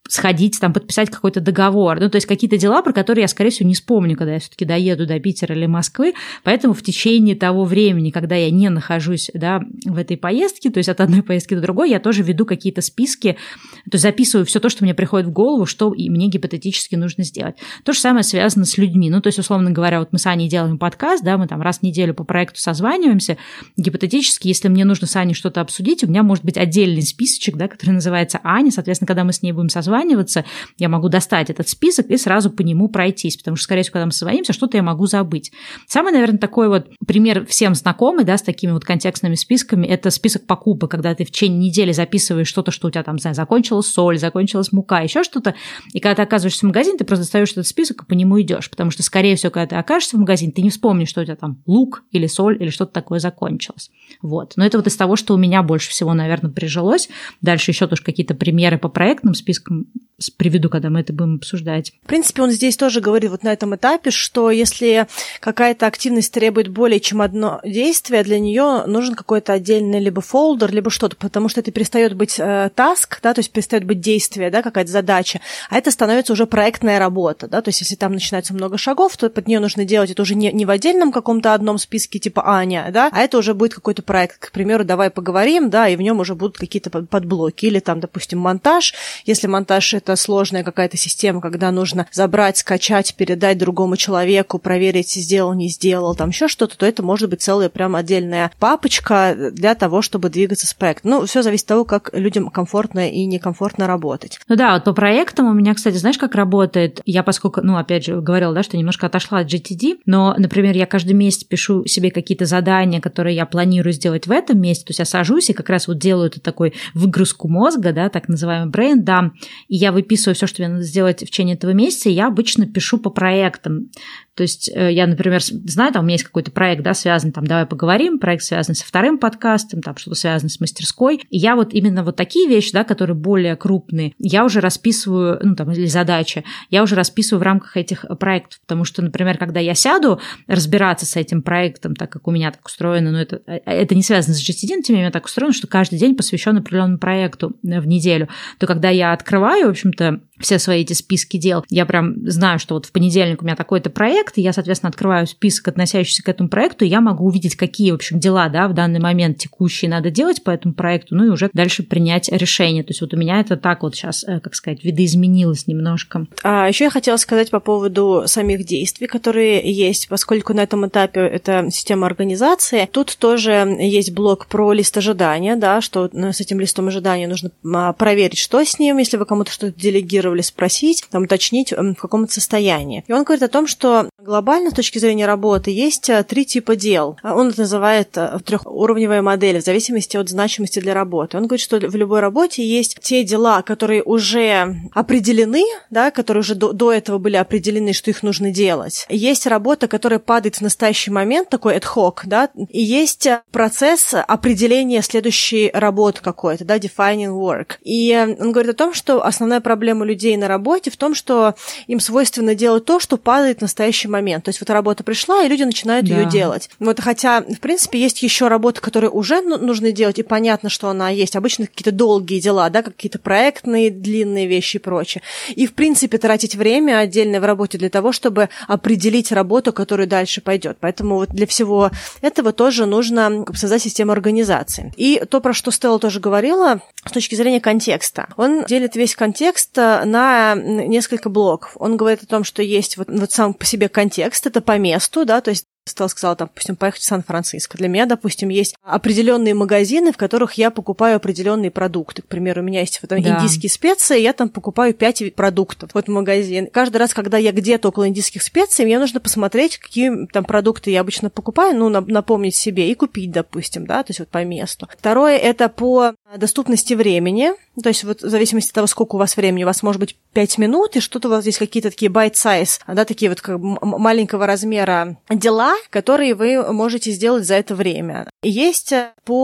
сходить, там, подписать какой-то договор. Ну, то есть какие-то дела, про которые я, скорее всего, не вспомню, когда я все-таки доеду до Питера или Москвы. Поэтому в течение того времени, когда я не нахожусь, да, в этой поездке, то есть от одной поездки до другой, я тоже веду какие-то списки, то есть записываю все то, что мне приходит в голову, что и мне гипотетически нужно сделать. То же самое связано с людьми. Ну, то есть, условно говоря, вот мы с Аней делаем подкаст, да, мы там раз в неделю по проекту созваниваемся. Гипотетически, если мне нужно с Аней что-то обсудить, у меня может быть отдельный списочек, да, который называется Аня. Соответственно, когда мы с ней будем созваниваться, я могу достать этот список и сразу по нему пройтись, потому что, скорее всего, когда мы созвонимся, что-то я могу забыть. Самый, наверное, такой вот пример всем знакомый, да, с такими вот контекстными списками, это список покупок, когда ты в течение недели записываешь что-то, что у тебя там, не знаю, закончилась соль, закончилась мука, еще что-то, и когда ты оказываешься в магазине, ты просто достаешь этот список и по нему идешь, потому что, скорее всего, когда ты окажешься в магазине, ты не вспомнишь, что у тебя там лук или соль или что-то такое закончилось. Вот. Но это вот из того, что у меня больше всего, наверное, прижилось. Дальше еще тоже какие-то примеры по проектным спискам приведу, когда мы это будем обсуждать. В принципе, он здесь тоже говорит вот на этом этапе, что если какая-то активность требует более чем одно действие, для нее нужен какой-то отдельный либо фолдер, либо что-то, потому что это перестает быть э, task, да, то есть перестает быть действие, да, какая-то задача, а это становится уже проектная работа, да, то есть если там начинается много шагов, то под нее нужно делать это уже не, не в отдельном каком-то одном списке типа Аня, да, а это уже будет какой-то проект, к примеру, давай поговорим, да, и в нем уже будут какие-то подблоки, или там, допустим, монтаж, если монтаж это сложная какая-то система, когда нужно забрать, скачать, передать другому человеку, проверить, сделал, не сделал, там еще что-то, то это может быть целая прям отдельная папочка для того, чтобы двигаться с проектом. Ну, все зависит от того, как людям комфортно и некомфортно работать. Ну да, вот по проектам у меня, кстати, знаешь, как работает? Я, поскольку, ну, опять же, говорила, да, что немножко отошла от джи ти ди, но, например, я каждый месяц пишу себе какие-то задания, которые я планирую сделать в этом месяце, то есть я сажусь и как раз вот делаю эту такой выгрузку мозга, да, так называемый brain dump, и я выписываю все, что мне надо сделать в течение этого месяца, и я обычно пишу по проектам. То есть я, например, знаю, там у меня есть какой-то проект, да, связанный, там, давай поговорим, проект связанный со вторым подкастом, там что-то связано с мастерской. И я вот именно вот такие вещи, да, которые более крупные, я уже расписываю, ну, там, или задачи, я уже расписываю в рамках этих проектов, потому что, например, когда я сяду разбираться с этим проектом, так как у меня так устроено, но это, это не связано с джи ти ди, но тем не менее так устроено, что каждый день посвящен определенному проекту в неделю, то когда я открываю, в общем-то, все свои эти списки дел, я прям знаю, что вот в понедельник у меня такой-то проект, и я, соответственно, открываю список, относящийся к этому проекту, и я могу увидеть, какие, в общем, дела, да, в данный момент текущие надо делать по этому проекту, ну и уже дальше принять решение. То есть вот у меня это так вот сейчас, как сказать, видоизменилось немножко. А еще я хотела сказать по поводу самих действий, которые есть, поскольку на этом этапе это система организации. Тут тоже есть блок про лист ожидания, да, что с этим листом ожидания нужно проверить, что с ним, если вы кому-то что-то делегировали, спросить, там, уточнить, в каком это состоянии. И он говорит о том, что глобально с точки зрения работы есть три типа дел. Он это называет трехуровневая модель в зависимости от значимости для работы. Он говорит, что в любой работе есть те дела, которые уже определены, да, которые уже до, до этого были определены, что их нужно делать. Есть работа, которая падает в настоящий момент, такой ad hoc, да, и есть процесс определения следующей работы какой-то, да, defining work. И он говорит о том, что основная проблема людей на работе в том, что им свойственно делать то, что падает в настоящий момент. То есть вот работа пришла, и люди начинают да. ее делать. Вот, хотя, в принципе, есть еще работы, которые уже нужно делать, и понятно, что она есть. Обычно какие-то долгие дела, да, какие-то проектные, длинные вещи и прочее. И, в принципе, тратить время отдельно в работе для того, чтобы определить работу, которая дальше пойдет. Поэтому вот для всего этого тоже нужно создать систему организации. И то, про что Стелла тоже говорила, с точки зрения контекста. Он делит весь контекст на несколько блоков. Он говорит о том, что есть вот, вот сам по себе контекст, это по месту, да, то есть Стелла сказала, там, допустим, поехать в Сан-Франциско. Для меня, допустим, есть определенные магазины, в которых я покупаю определенные продукты. К примеру, у меня есть вот, там, да. индийские специи, я там покупаю пять продуктов. Вот магазин. Каждый раз, когда я где-то около индийских специй, мне нужно посмотреть, какие там продукты я обычно покупаю, ну, напомнить себе и купить, допустим, да, то есть вот по месту. Второе, это по доступности времени. То есть вот в зависимости от того, сколько у вас времени, у вас может быть пять минут, и что-то у вас здесь какие-то такие bite-size, да, такие вот как маленького размера дела, которые вы можете сделать за это время. И есть по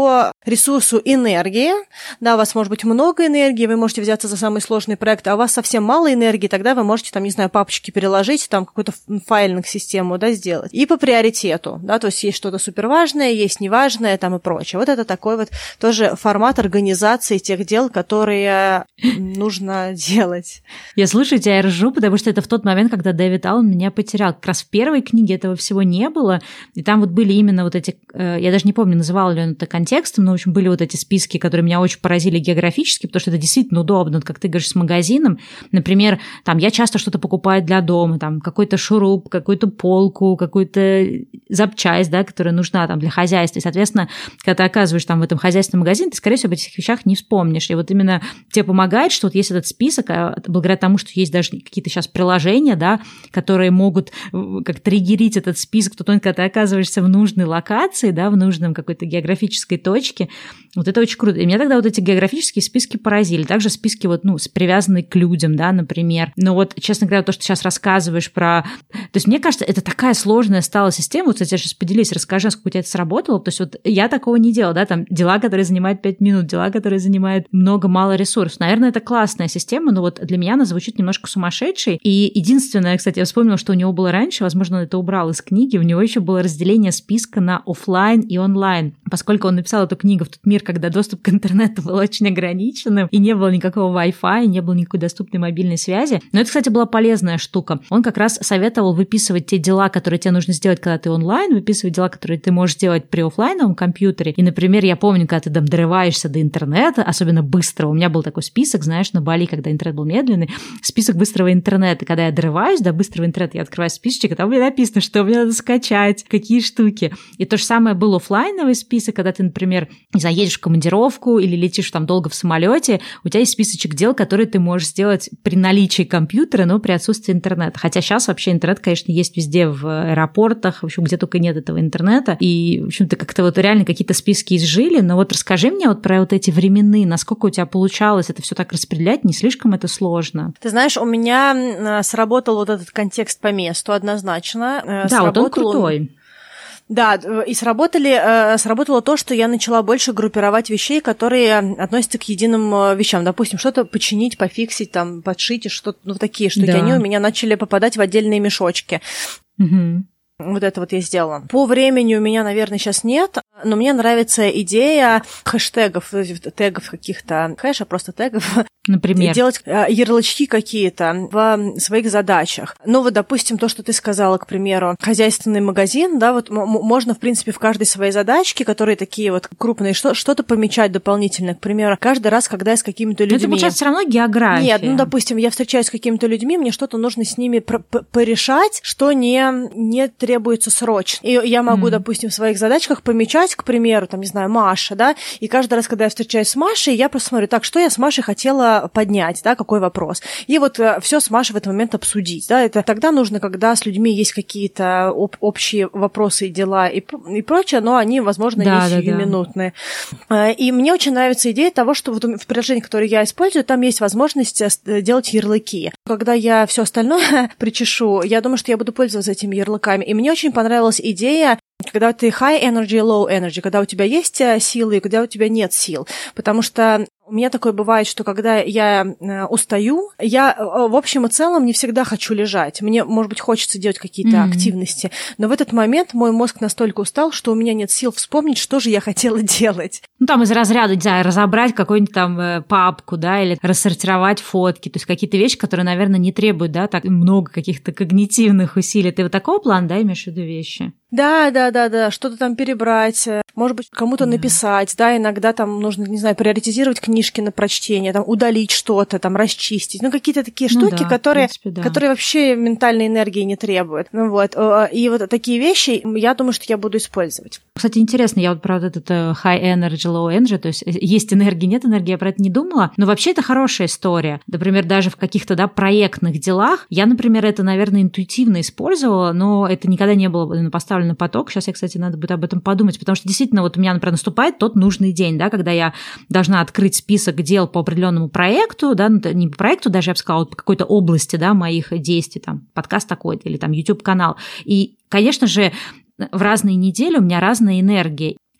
ресурсу энергии, да, у вас может быть много энергии, вы можете взяться за самый сложный проект, а у вас совсем мало энергии, тогда вы можете, там, не знаю, папочки переложить, там, какую-то файлинг-систему, да, сделать. И по приоритету, да, то есть есть что-то суперважное, есть неважное, там, и прочее. Вот это такой вот тоже формат организации тех дел, которые нужно делать. Я слушаю тебя и ржу, потому что это в тот момент, когда Дэвид Аллен меня потерял. Как раз в первой книге этого всего не было, и там вот были именно вот эти, я даже не помню, называла ли он это контекстом, но, в общем, были вот эти списки, которые меня очень поразили географически, потому что это действительно удобно, как ты говоришь, с магазином. Например, там я часто что-то покупаю для дома, там какой-то шуруп, какую-то полку, какую-то запчасть, да, которая нужна там для хозяйства. И, соответственно, когда ты оказываешь там в этом хозяйственном магазине, ты, скорее всего, об этих вещах не вспомнишь. И вот именно тебе помогает, что вот есть этот список, благодаря тому, что есть даже какие-то сейчас приложения, да, которые могут как триггерить этот список, то только когда ты оказываешься в нужной локации, да, в нужном какой-то географической точке. Вот это очень круто. И меня тогда вот эти географические списки поразили. Также списки вот, ну, привязанные к людям, да, например. Но вот, честно говоря, то, что ты сейчас рассказываешь про... То есть мне кажется, это такая сложная стала система. Вот, кстати, я сейчас поделюсь, расскажи, сколько у тебя это сработало. То есть вот я такого не делала, да, там дела, которые занимают пять минут, дела, которые занимают много-мало ресурсов. Наверное, это классная система, но вот для меня она звучит немножко сумасшедшей. И единственное, кстати, я вспомнила, что у него было раньше, возможно, он это убрал из книги, у него еще было разделение списка на офлайн и онлайн. Поскольку он написал эту книгу в тот мир, когда доступ к интернету был очень ограниченным, и не было никакого Wi-Fi, не было никакой доступной мобильной связи. Но это, кстати, была полезная штука. Он как раз советовал выписывать те дела, которые тебе нужно сделать, когда ты онлайн, выписывать дела, которые ты можешь делать при офлайновом компьютере. И, например, я помню, когда ты там дорываешься до интернета, особенно быстрого, у меня был такой список, знаешь, на Бали, когда интернет был медленный, список быстрого интернета. Когда я дорываюсь до быстрого интернета, я открываю списочек, и там у меня написано, что мне надо скачать, какие штуки. И то же самое был офлайновый список, когда ты, например, не знаю, едешь в командировку или летишь там долго в самолете, у тебя есть списочек дел, которые ты можешь сделать при наличии компьютера, но при отсутствии интернета. Хотя сейчас вообще интернет, конечно, есть везде, в аэропортах, в общем, где только нет этого интернета. И, в общем-то, как-то вот реально какие-то списки изжили. Но вот расскажи мне вот про вот эти временные, насколько у тебя получалось это все так распределять, не слишком это сложно? Ты знаешь, у меня сработал вот этот контекст по месту однозначно. Да, сработал вот он крутой. Он... Да, и сработали, сработало то, что я начала больше группировать вещей, которые относятся к единым вещам. Допустим, что-то починить, пофиксить, там, подшить, что-то, ну, такие штуки. Да. Они у меня начали попадать в отдельные мешочки. Угу. Вот это вот я сделала. По времени у меня, наверное, сейчас нет, но мне нравится идея хэштегов, тегов каких-то, хэша, просто тегов. Например? Делать ярлычки какие-то в своих задачах. Ну вот, допустим, то, что ты сказала, к примеру, хозяйственный магазин, да, вот можно, в принципе, в каждой своей задачке, которые такие вот крупные, что-то помечать дополнительно. К примеру, каждый раз, когда я с какими-то людьми... Но это, получается, все равно география. Нет, ну, допустим, я встречаюсь с какими-то людьми, мне что-то нужно с ними порешать, что не, не требуется срочно. И я могу, mm. допустим, в своих задачках помечать, к примеру, там, не знаю, Маша, да, и каждый раз, когда я встречаюсь с Машей, я просто смотрю, так, что я с Машей хотела поднять, да, какой вопрос. И вот э, все с Машей в этот момент обсудить, да, это тогда нужно, когда с людьми есть какие-то об- общие вопросы и дела и, и прочее, но они, возможно, да, не да, сиюминутные. Да. И мне очень нравится идея того, что вот в приложении, которое я использую, там есть возможность делать ярлыки. Когда я все остальное причешу, я думаю, что я буду пользоваться этими ярлыками. И мне очень понравилась идея, когда ты high energy, low energy, когда у тебя есть силы и когда у тебя нет сил. Потому что у меня такое бывает, что когда я устаю, я в общем и целом не всегда хочу лежать. Мне, может быть, хочется делать какие-то mm-hmm. активности, но в этот момент мой мозг настолько устал, что у меня нет сил вспомнить, что же я хотела делать. Ну, там из разряда, не знаю, разобрать какую-нибудь там папку, да, или рассортировать фотки, то есть какие-то вещи, которые, наверное, не требуют, да, так много каких-то когнитивных усилий. Ты вот такого плана, да, имеешь в виду вещи? Да, да, да, да, что-то там перебрать, может быть, кому-то да. написать, да, иногда там нужно, не знаю, приоритизировать книжки на прочтение, там удалить что-то, там расчистить, ну, какие-то такие ну, штуки, да, которые, принципе, да. которые вообще ментальной энергии не требуют. Ну, вот, и вот такие вещи, я думаю, что я буду использовать. Кстати, интересно, я вот про этот high energy, low energy, то есть есть энергия, нет энергии, я про это не думала, но вообще это хорошая история. Например, даже в каких-то, да, проектных делах, я, например, это, наверное, интуитивно использовала, но это никогда не было поставлено на поток. Сейчас я, кстати, надо будет об этом подумать, потому что действительно вот у меня, например, наступает тот нужный день, да, когда я должна открыть список дел по определенному проекту, да, ну, не по проекту даже, я бы сказала, по какой-то области, да, моих действий, там, подкаст такой-то или там YouTube-канал. И, конечно же, в разные недели у меня разная энергия.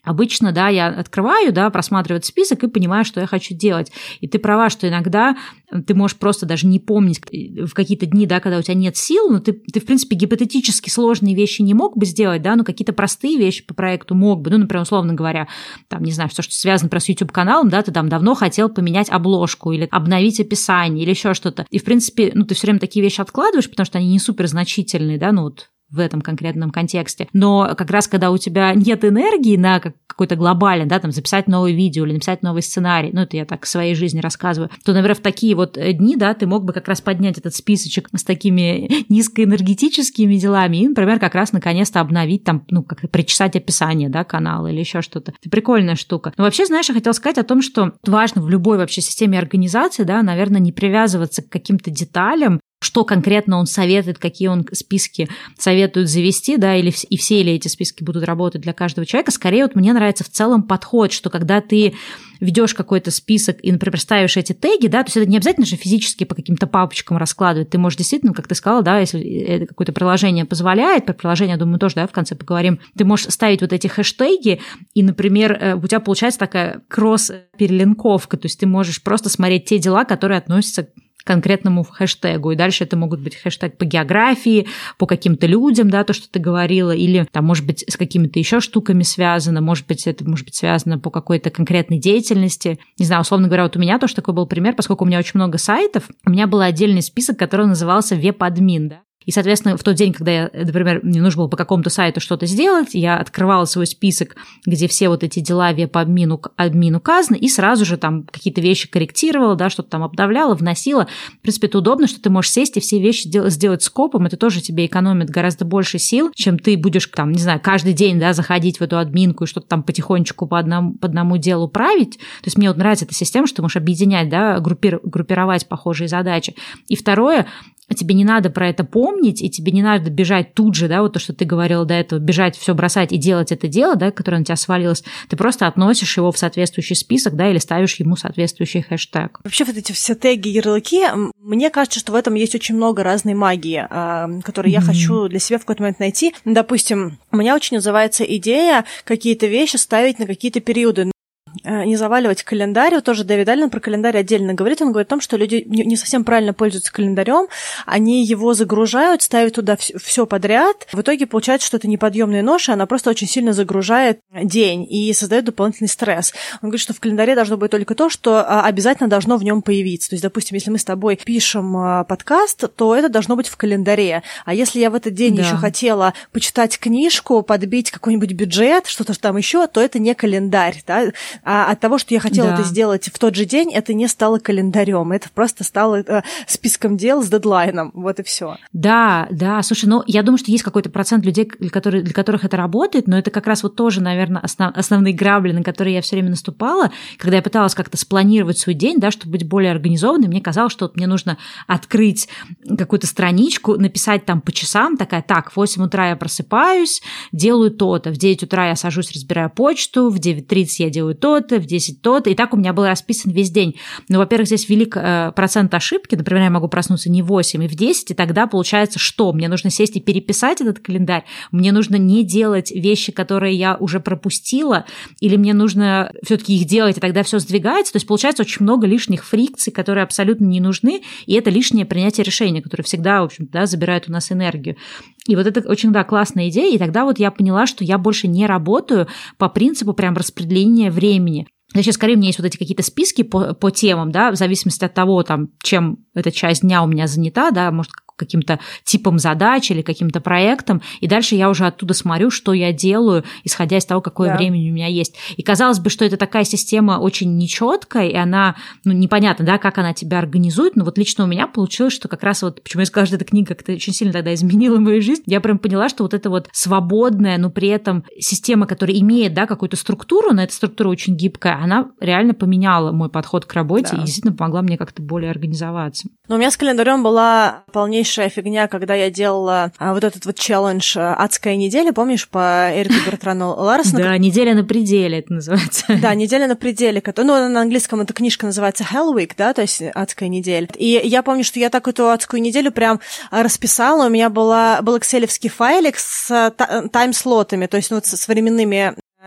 Обычно, да, я открываю, да, просматриваю этот список и понимаю, что я хочу делать. И ты права, что иногда ты можешь просто даже не помнить в какие-то дни, да, когда у тебя нет сил, но ты, ты в принципе, гипотетически сложные вещи не мог бы сделать, да, но какие-то простые вещи по проекту мог бы. Ну, например, условно говоря, там, не знаю, все, что связано, например, с YouTube-каналом, да, ты там давно хотел поменять обложку или обновить описание или еще что-то. И, в принципе, ну, ты все время такие вещи откладываешь, потому что они не супер значительные, да, ну, вот в этом конкретном контексте. Но как раз, когда у тебя нет энергии на какой-то глобальный, да, там, записать новое видео или написать новый сценарий, ну, это я так в своей жизни рассказываю, то, например, в такие вот дни, да, ты мог бы как раз поднять этот списочек с такими низкоэнергетическими делами и, например, как раз наконец-то обновить там, ну, как-то причесать описание, да, канала или еще что-то. Это прикольная штука. Но вообще, знаешь, я хотела сказать о том, что важно в любой вообще системе организации, да, наверное, не привязываться к каким-то деталям, что конкретно он советует, какие он списки советует завести, да, или и все ли эти списки будут работать для каждого человека. Скорее, вот мне нравится в целом подход, что когда ты ведешь какой-то список и, например, ставишь эти теги, да, то есть это не обязательно же физически по каким-то папочкам раскладывать. Ты можешь действительно, как ты сказала, да, если это какое-то приложение позволяет, про приложение, думаю, тоже, да, в конце поговорим, ты можешь ставить вот эти хэштеги, и, например, у тебя получается такая кросс-перелинковка, то есть ты можешь просто смотреть те дела, которые относятся к конкретному хэштегу, и дальше это могут быть хэштег по географии, по каким-то людям, да, то, что ты говорила, или там, может быть, с какими-то еще штуками связано, может быть, это может быть связано по какой-то конкретной деятельности. Не знаю, условно говоря, вот у меня тоже такой был пример, поскольку у меня очень много сайтов, у меня был отдельный список, который назывался веб-админ, да. И, соответственно, в тот день, когда я, например, мне нужно было по какому-то сайту что-то сделать, я открывала свой список, где все вот эти дела веб-админ админ указаны, и сразу же там какие-то вещи корректировала, да, что-то там обновляла, вносила. В принципе, это удобно, что ты можешь сесть и все вещи сделать скопом, это тоже тебе экономит гораздо больше сил, чем ты будешь, там, не знаю, каждый день, да, заходить в эту админку и что-то там потихонечку по одному, по одному делу править. То есть мне вот нравится эта система, что ты можешь объединять, да, группир, группировать похожие задачи. И второе, тебе не надо про это помнить, и тебе не надо бежать тут же, да, вот то, что ты говорила до этого, бежать, все бросать и делать это дело, да, которое на тебя свалилось. Ты просто относишь его в соответствующий список, да, или ставишь ему соответствующий хэштег. Вообще вот эти все теги, ярлыки, мне кажется, что в этом есть очень много разной магии, которую mm-hmm. я хочу для себя в какой-то момент найти. Допустим, у меня очень называется идея какие-то вещи ставить на какие-то периоды. Не заваливать календарь. Вот тоже Дэвид Аллен про календарь отдельно говорит. Он говорит о том, что люди не совсем правильно пользуются календарем, они его загружают, ставят туда все подряд. В итоге получается, что это неподъемная ноша, она просто очень сильно загружает день и создает дополнительный стресс. Он говорит, что в календаре должно быть только то, что обязательно должно в нем появиться. То есть, допустим, если мы с тобой пишем подкаст, то это должно быть в календаре. А если я в этот день да. еще хотела почитать книжку, подбить какой-нибудь бюджет, что-то там еще, то это не календарь, да? А от того, что я хотела да. это сделать в тот же день, это не стало календарем, это просто стало э, списком дел с дедлайном, вот и все. Да, да, слушай, ну я думаю, что есть какой-то процент людей, для которых, для которых это работает, но это как раз вот тоже, наверное, основ, основные грабли, на которые я все время наступала, когда я пыталась как-то спланировать свой день, да, чтобы быть более организованной, мне казалось, что вот мне нужно открыть какую-то страничку, написать там по часам, такая, так, в восемь утра я просыпаюсь, делаю то-то, в девять утра я сажусь, разбираю почту, в девять тридцать я делаю то-то, в десять то-то, и так у меня был расписан весь день. Но, во-первых, здесь велик э, процент ошибки, например, я могу проснуться не в восемь, и в десять, и тогда получается что? Мне нужно сесть и переписать этот календарь, мне нужно не делать вещи, которые я уже пропустила, или мне нужно все-таки их делать, и тогда все сдвигается, то есть получается очень много лишних фрикций, которые абсолютно не нужны, и это лишнее принятие решения, которое всегда, в общем-то, да, забирает у нас энергию. И вот это очень, да, классная идея, и тогда вот я поняла, что я больше не работаю по принципу прям распределения времени. Значит, скорее у меня есть вот эти какие-то списки по, по темам, да, в зависимости от того, там, чем эта часть дня у меня занята, да, может, каким-то типом задач или каким-то проектом, и дальше я уже оттуда смотрю, что я делаю, исходя из того, какое да. время у меня есть. И казалось бы, что это такая система очень нечеткая, и она, ну, непонятно, да, как она тебя организует, но вот лично у меня получилось, что как раз вот, почему я сказала, что эта книга как-то очень сильно тогда изменила мою жизнь, я прям поняла, что вот эта вот свободная, но при этом система, которая имеет, да, какую-то структуру, но эта структура очень гибкая, она реально поменяла мой подход к работе да. и действительно помогла мне как-то более организоваться. Но у меня с календарем была полнейшая фигня, когда я делала а, вот этот вот челлендж «Адская неделя», помнишь, по Эрику Бертрану Ларсону? Да, «Неделя на пределе» это называется. Да, «Неделя на пределе». Ну, на английском эта книжка называется Hell Week, да, то есть «Адская неделя». И я помню, что я так эту адскую неделю прям расписала. У меня была, был экселевский файлик с тайм-слотами, то есть ну, с временными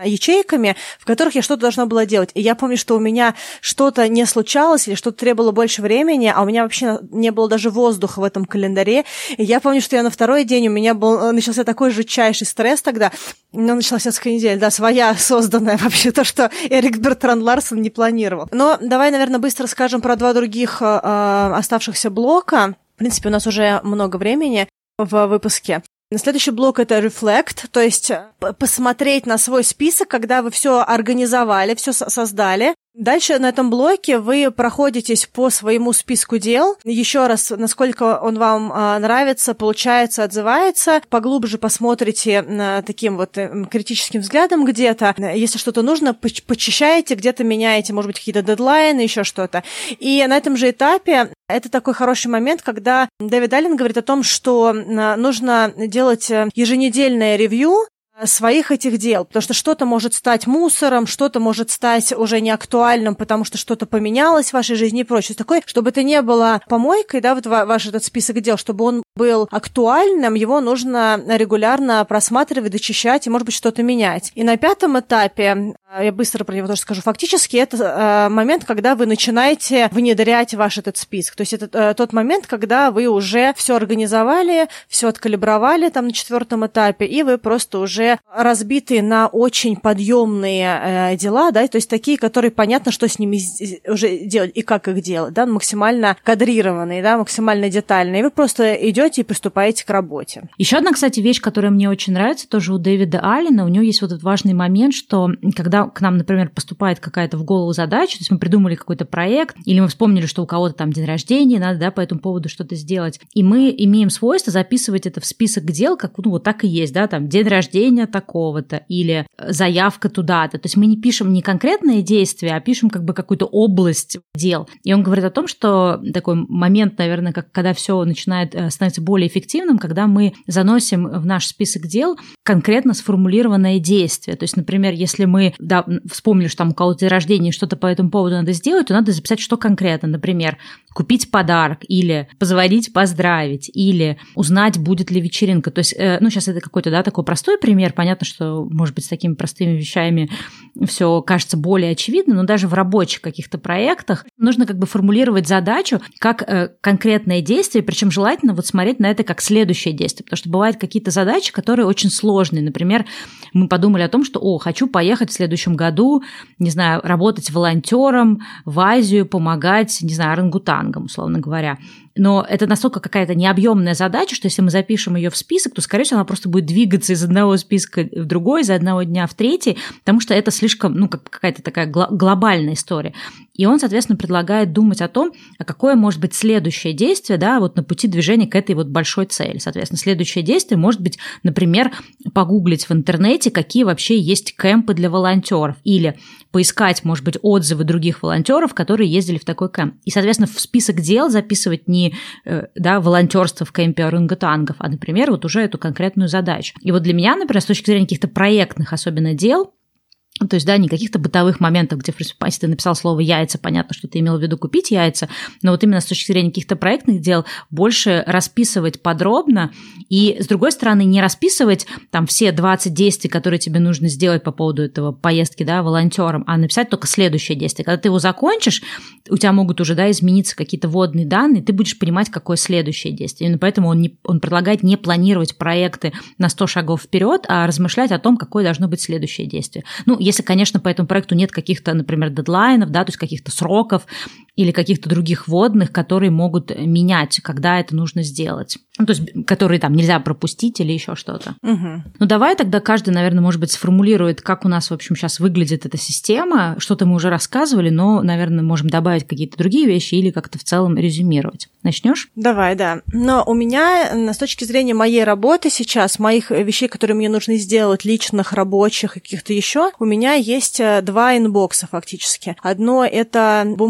ячейками, в которых я что-то должна была делать. И я помню, что у меня что-то не случалось или что-то требовало больше времени, а у меня вообще не было даже воздуха в этом календаре. И я помню, что я на второй день, у меня был, начался такой жутчайший стресс тогда, но началась адская неделя, да, своя, созданная вообще, то, что Эрик Бертран Ларсон не планировал. Но давай, наверное, быстро скажем про два других э, оставшихся блока. В принципе, у нас уже много времени в выпуске. Следующий блок — это reflect, то есть посмотреть на свой список, когда вы все организовали, все создали. Дальше на этом блоке вы проходитесь по своему списку дел. Еще раз, насколько он вам нравится, получается, отзывается. Поглубже посмотрите таким вот критическим взглядом где-то. Если что-то нужно, почищаете, где-то меняете, может быть, какие-то дедлайны, еще что-то. И на этом же этапе это такой хороший момент, когда Дэвид Аллен говорит о том, что нужно делать еженедельное ревью своих этих дел, потому что что-то может стать мусором, что-то может стать уже неактуальным, потому что что-то поменялось в вашей жизни и прочее. Такое, чтобы это не было помойкой, да, вот ваш этот список дел, чтобы он был актуальным, его нужно регулярно просматривать, дочищать и, может быть, что-то менять. И на пятом этапе, я быстро про него тоже скажу, фактически это момент, когда вы начинаете внедрять ваш этот список. То есть это тот момент, когда вы уже все организовали, все откалибровали там на четвертом этапе, и вы просто уже разбитые на очень подъемные э, дела, да, то есть такие, которые понятно, что с ними уже делать и как их делать, да, максимально кадрированные, да, максимально детальные. И вы просто идете и приступаете к работе. Еще одна, кстати, вещь, которая мне очень нравится, тоже у Дэвида Аллена, у него есть вот этот важный момент, что когда к нам, например, поступает какая-то в голову задача, то есть мы придумали какой-то проект, или мы вспомнили, что у кого-то там день рождения, надо, да, по этому поводу что-то сделать, и мы имеем свойство записывать это в список дел, как, ну, вот так и есть, да, там, день рождения такого-то или заявка туда-то. То есть мы не пишем не конкретные действия, а пишем как бы какую-то область дел. И он говорит о том, что такой момент, наверное, как когда все начинает становиться более эффективным, когда мы заносим в наш список дел конкретно сформулированное действие. То есть, например, если мы, да, вспомнили, что там у кого-то день рождения и что-то по этому поводу надо сделать, то надо записать, что конкретно. Например, купить подарок или позвонить, поздравить, или узнать, будет ли вечеринка. То есть, ну, сейчас это какой-то, да, такой простой пример. Понятно, что, может быть, с такими простыми вещами все кажется более очевидно, но даже в рабочих каких-то проектах нужно как бы формулировать задачу как э, конкретное действие, причем желательно вот смотреть на это как следующее действие, потому что бывают какие-то задачи, которые очень сложные. Например, мы подумали о том, что, о, хочу поехать в следующем году, не знаю, работать волонтером в Азию, помогать, не знаю, орангутангам, условно говоря. Но это настолько какая-то необъемная задача, что если мы запишем ее в список, то, скорее всего, она просто будет двигаться из одного списка в другой, из одного дня в третий, потому что это слишком, ну, как какая-то такая глобальная история. И он, соответственно, предлагает думать о том, а какое может быть следующее действие, да, вот на пути движения к этой вот большой цели. Соответственно, следующее действие может быть, например, погуглить в интернете, какие вообще есть кемпы для волонтеров, или поискать, может быть, отзывы других волонтеров, которые ездили в такой кемп. И, соответственно, в список дел записывать не, да, волонтерство в кемпе орангутангов, а, например, вот уже эту конкретную задачу. И вот для меня, например, с точки зрения каких-то проектных особенно дел, то есть, да, не каких-то бытовых моментов, где, в принципе, если ты написал слово «яйца», понятно, что ты имел в виду купить яйца, но вот именно с точки зрения каких-то проектных дел больше расписывать подробно и, с другой стороны, не расписывать там все двадцать действий, которые тебе нужно сделать по поводу этого поездки, да, волонтером, а написать только следующее действие. Когда ты его закончишь, у тебя могут уже, да, измениться какие-то вводные данные, ты будешь понимать, какое следующее действие. Именно поэтому он, не, он предлагает не планировать проекты на сто шагов вперед, а размышлять о том, какое должно быть следующее действие. Ну, если, конечно, по этому проекту нет каких-то, например, дедлайнов, да, то есть каких-то сроков или каких-то других вводных, которые могут менять, когда это нужно сделать. Ну, то есть которые там нельзя пропустить или еще что-то. Угу. Ну, давай тогда каждый, наверное, может быть, сформулирует, как у нас, в общем, сейчас выглядит эта система. Что-то мы уже рассказывали, но, наверное, можем добавить какие-то другие вещи или как-то в целом резюмировать. Начнешь? Давай, да. Но у меня, с точки зрения моей работы сейчас, моих вещей, которые мне нужно сделать, личных, рабочих и каких-то еще, у меня есть два инбокса фактически. Одно — это бумажный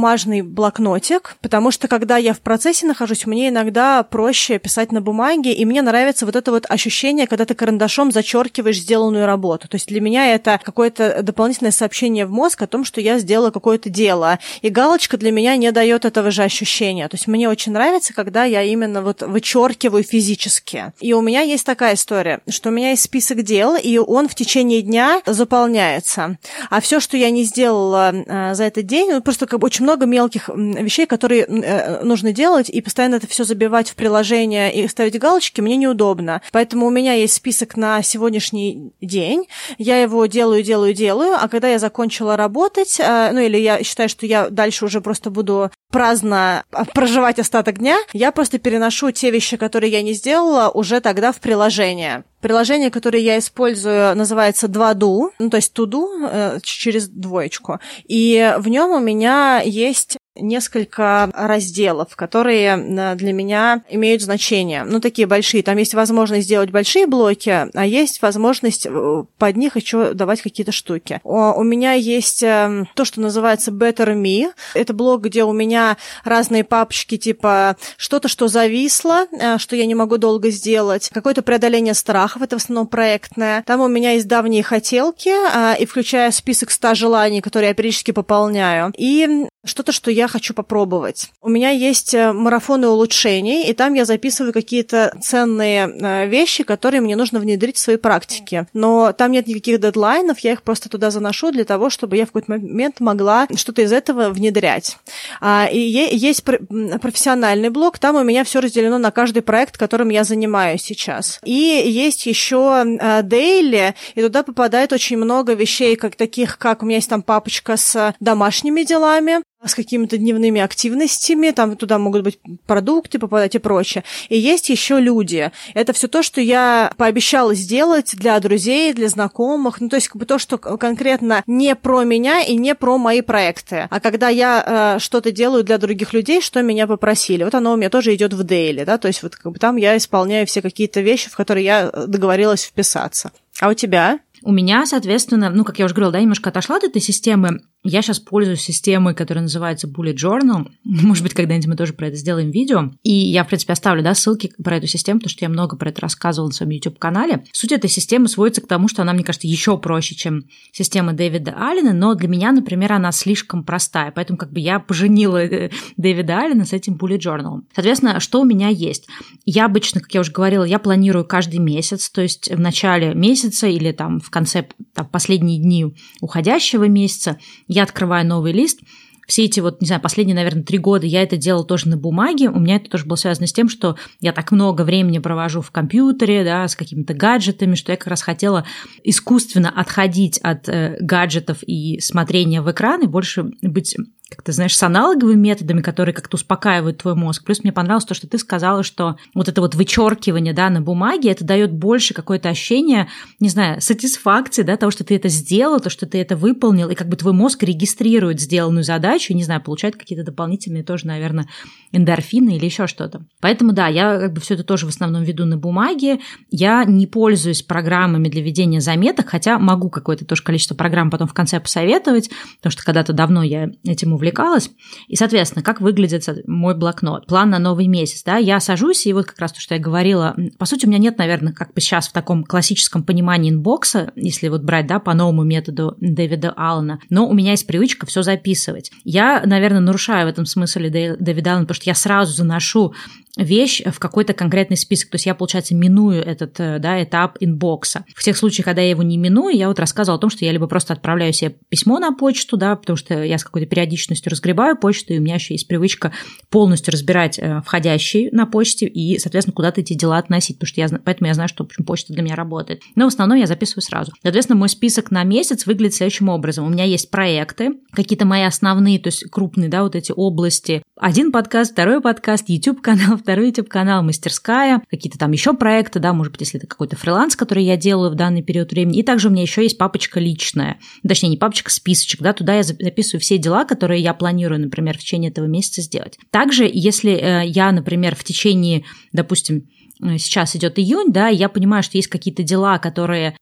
блокнотик, потому что, когда я в процессе нахожусь, мне иногда проще писать на бумаге, и мне нравится вот это вот ощущение, когда ты карандашом зачеркиваешь сделанную работу. То есть для меня это какое-то дополнительное сообщение в мозг о том, что я сделала какое-то дело. И галочка для меня не дает этого же ощущения. То есть мне очень нравится, когда я именно вот вычеркиваю физически. И у меня есть такая история, что у меня есть список дел, и он в течение дня заполняется. А все, что я не сделала э, за этот день, ну, просто как бы очень много мелких вещей, которые э, нужно делать, и постоянно это все забивать в приложение и ставить галочки мне неудобно. Поэтому у меня есть список на сегодняшний день. Я его делаю, делаю, делаю, а когда я закончила работать, э, ну или я считаю, что я дальше уже просто буду праздно проживать остаток дня, я просто переношу те вещи, которые я не сделала, уже тогда в приложение. Приложение, которое я использую, называется два ду, ну, то есть to-do э, через двоечку. И в нем у меня есть несколько разделов, которые для меня имеют значение. Ну, такие большие. Там есть возможность сделать большие блоки, а есть возможность под них еще давать какие-то штуки. У меня есть то, что называется Better Me. Это блок, где у меня разные папочки, типа что-то, что зависло, что я не могу долго сделать, какое-то преодоление страхов, это в основном проектное. Там у меня есть давние хотелки, и включая список ста желаний, которые я периодически пополняю, и что-то, что я хочу попробовать. У меня есть марафоны улучшений, и там я записываю какие-то ценные вещи, которые мне нужно внедрить в свои практики. Но там нет никаких дедлайнов, я их просто туда заношу для того, чтобы я в какой-то момент могла что-то из этого внедрять. И есть профессиональный блок, там у меня все разделено на каждый проект, которым я занимаюсь сейчас. И есть еще daily, и туда попадает очень много вещей, как таких, как у меня есть там папочка с домашними делами, с какими-то дневными активностями, там туда могут быть продукты попадать и прочее. И есть еще люди. Это все то, что я пообещала сделать для друзей, для знакомых, ну, то есть как бы то, что конкретно не про меня и не про мои проекты, а когда я э, что-то делаю для других людей, что меня попросили. Вот оно у меня тоже идет в дейли, да, то есть вот как бы там я исполняю все какие-то вещи, в которые я договорилась вписаться. А у тебя? У меня, соответственно, ну, как я уже говорила, да, немножко отошла от этой системы. Я сейчас пользуюсь системой, которая называется Bullet Journal. Может быть, когда-нибудь мы тоже про это сделаем видео. И я, в принципе, оставлю, да, ссылки про эту систему, потому что я много про это рассказывала на своем YouTube-канале. Суть этой системы сводится к тому, что она, мне кажется, еще проще, чем система Дэвида Аллена, но для меня, например, она слишком простая, поэтому как бы я поженила Дэвида Аллена с этим Bullet Journal. Соответственно, что у меня есть? Я обычно, как я уже говорила, я планирую каждый месяц, то есть в начале месяца или там в конце, там, последние дни уходящего месяца я открываю новый лист. Все эти вот, не знаю, последние, наверное, три года я это делала тоже на бумаге. У меня это тоже было связано с тем, что я так много времени провожу в компьютере, да, с какими-то гаджетами, что я как раз хотела искусственно отходить от э, гаджетов и смотрения в экран и больше быть, как ты знаешь, с аналоговыми методами, которые как-то успокаивают твой мозг. Плюс мне понравилось то, что ты сказала, что вот это вот вычеркивание, да, на бумаге, это дает больше какое-то ощущение, не знаю, сатисфакции, да, того, что ты это сделал, то, что ты это выполнил, и как бы твой мозг регистрирует сделанную задачу, и, не знаю, получает какие-то дополнительные тоже, наверное, эндорфины или еще что-то. Поэтому, да, я как бы все это тоже в основном веду на бумаге. Я не пользуюсь программами для ведения заметок, хотя могу какое-то тоже количество программ потом в конце посоветовать, потому что когда-то давно я этим увлекалась. И, соответственно, как выглядит мой блокнот? План на новый месяц, да? Я сажусь, и вот как раз то, что я говорила, по сути, у меня нет, наверное, как бы сейчас в таком классическом понимании инбокса, если вот брать, да, по новому методу Дэвида Аллена, но у меня есть привычка все записывать. Я, наверное, нарушаю в этом смысле Дэвида Аллена, потому что я сразу заношу вещь в какой-то конкретный список. То есть я, получается, миную этот, да, этап инбокса. В тех случаях, когда я его не миную, я вот рассказывала о том, что я либо просто отправляю себе письмо на почту, да, потому что я с какой-то периодичностью разгребаю почту, и у меня еще есть привычка полностью разбирать входящие на почте и, соответственно, куда-то эти дела относить, потому что я, поэтому я знаю, что, в общем, почта для меня работает. Но в основном я записываю сразу. Соответственно, мой список на месяц выглядит следующим образом. У меня есть проекты, какие-то мои основные, то есть крупные, да, вот эти области. Один подкаст, второй подкаст, YouTube-канал, второй YouTube-канал, мастерская, какие-то там еще проекты, да, может быть, если это какой-то фриланс, который я делаю в данный период времени. И также у меня еще есть папочка личная, точнее, не папочка, списочек, да, туда я записываю все дела, которые я планирую, например, в течение этого месяца сделать. Также, если я, например, в течение, допустим, сейчас идет июнь, да, и я понимаю, что есть какие-то дела, которые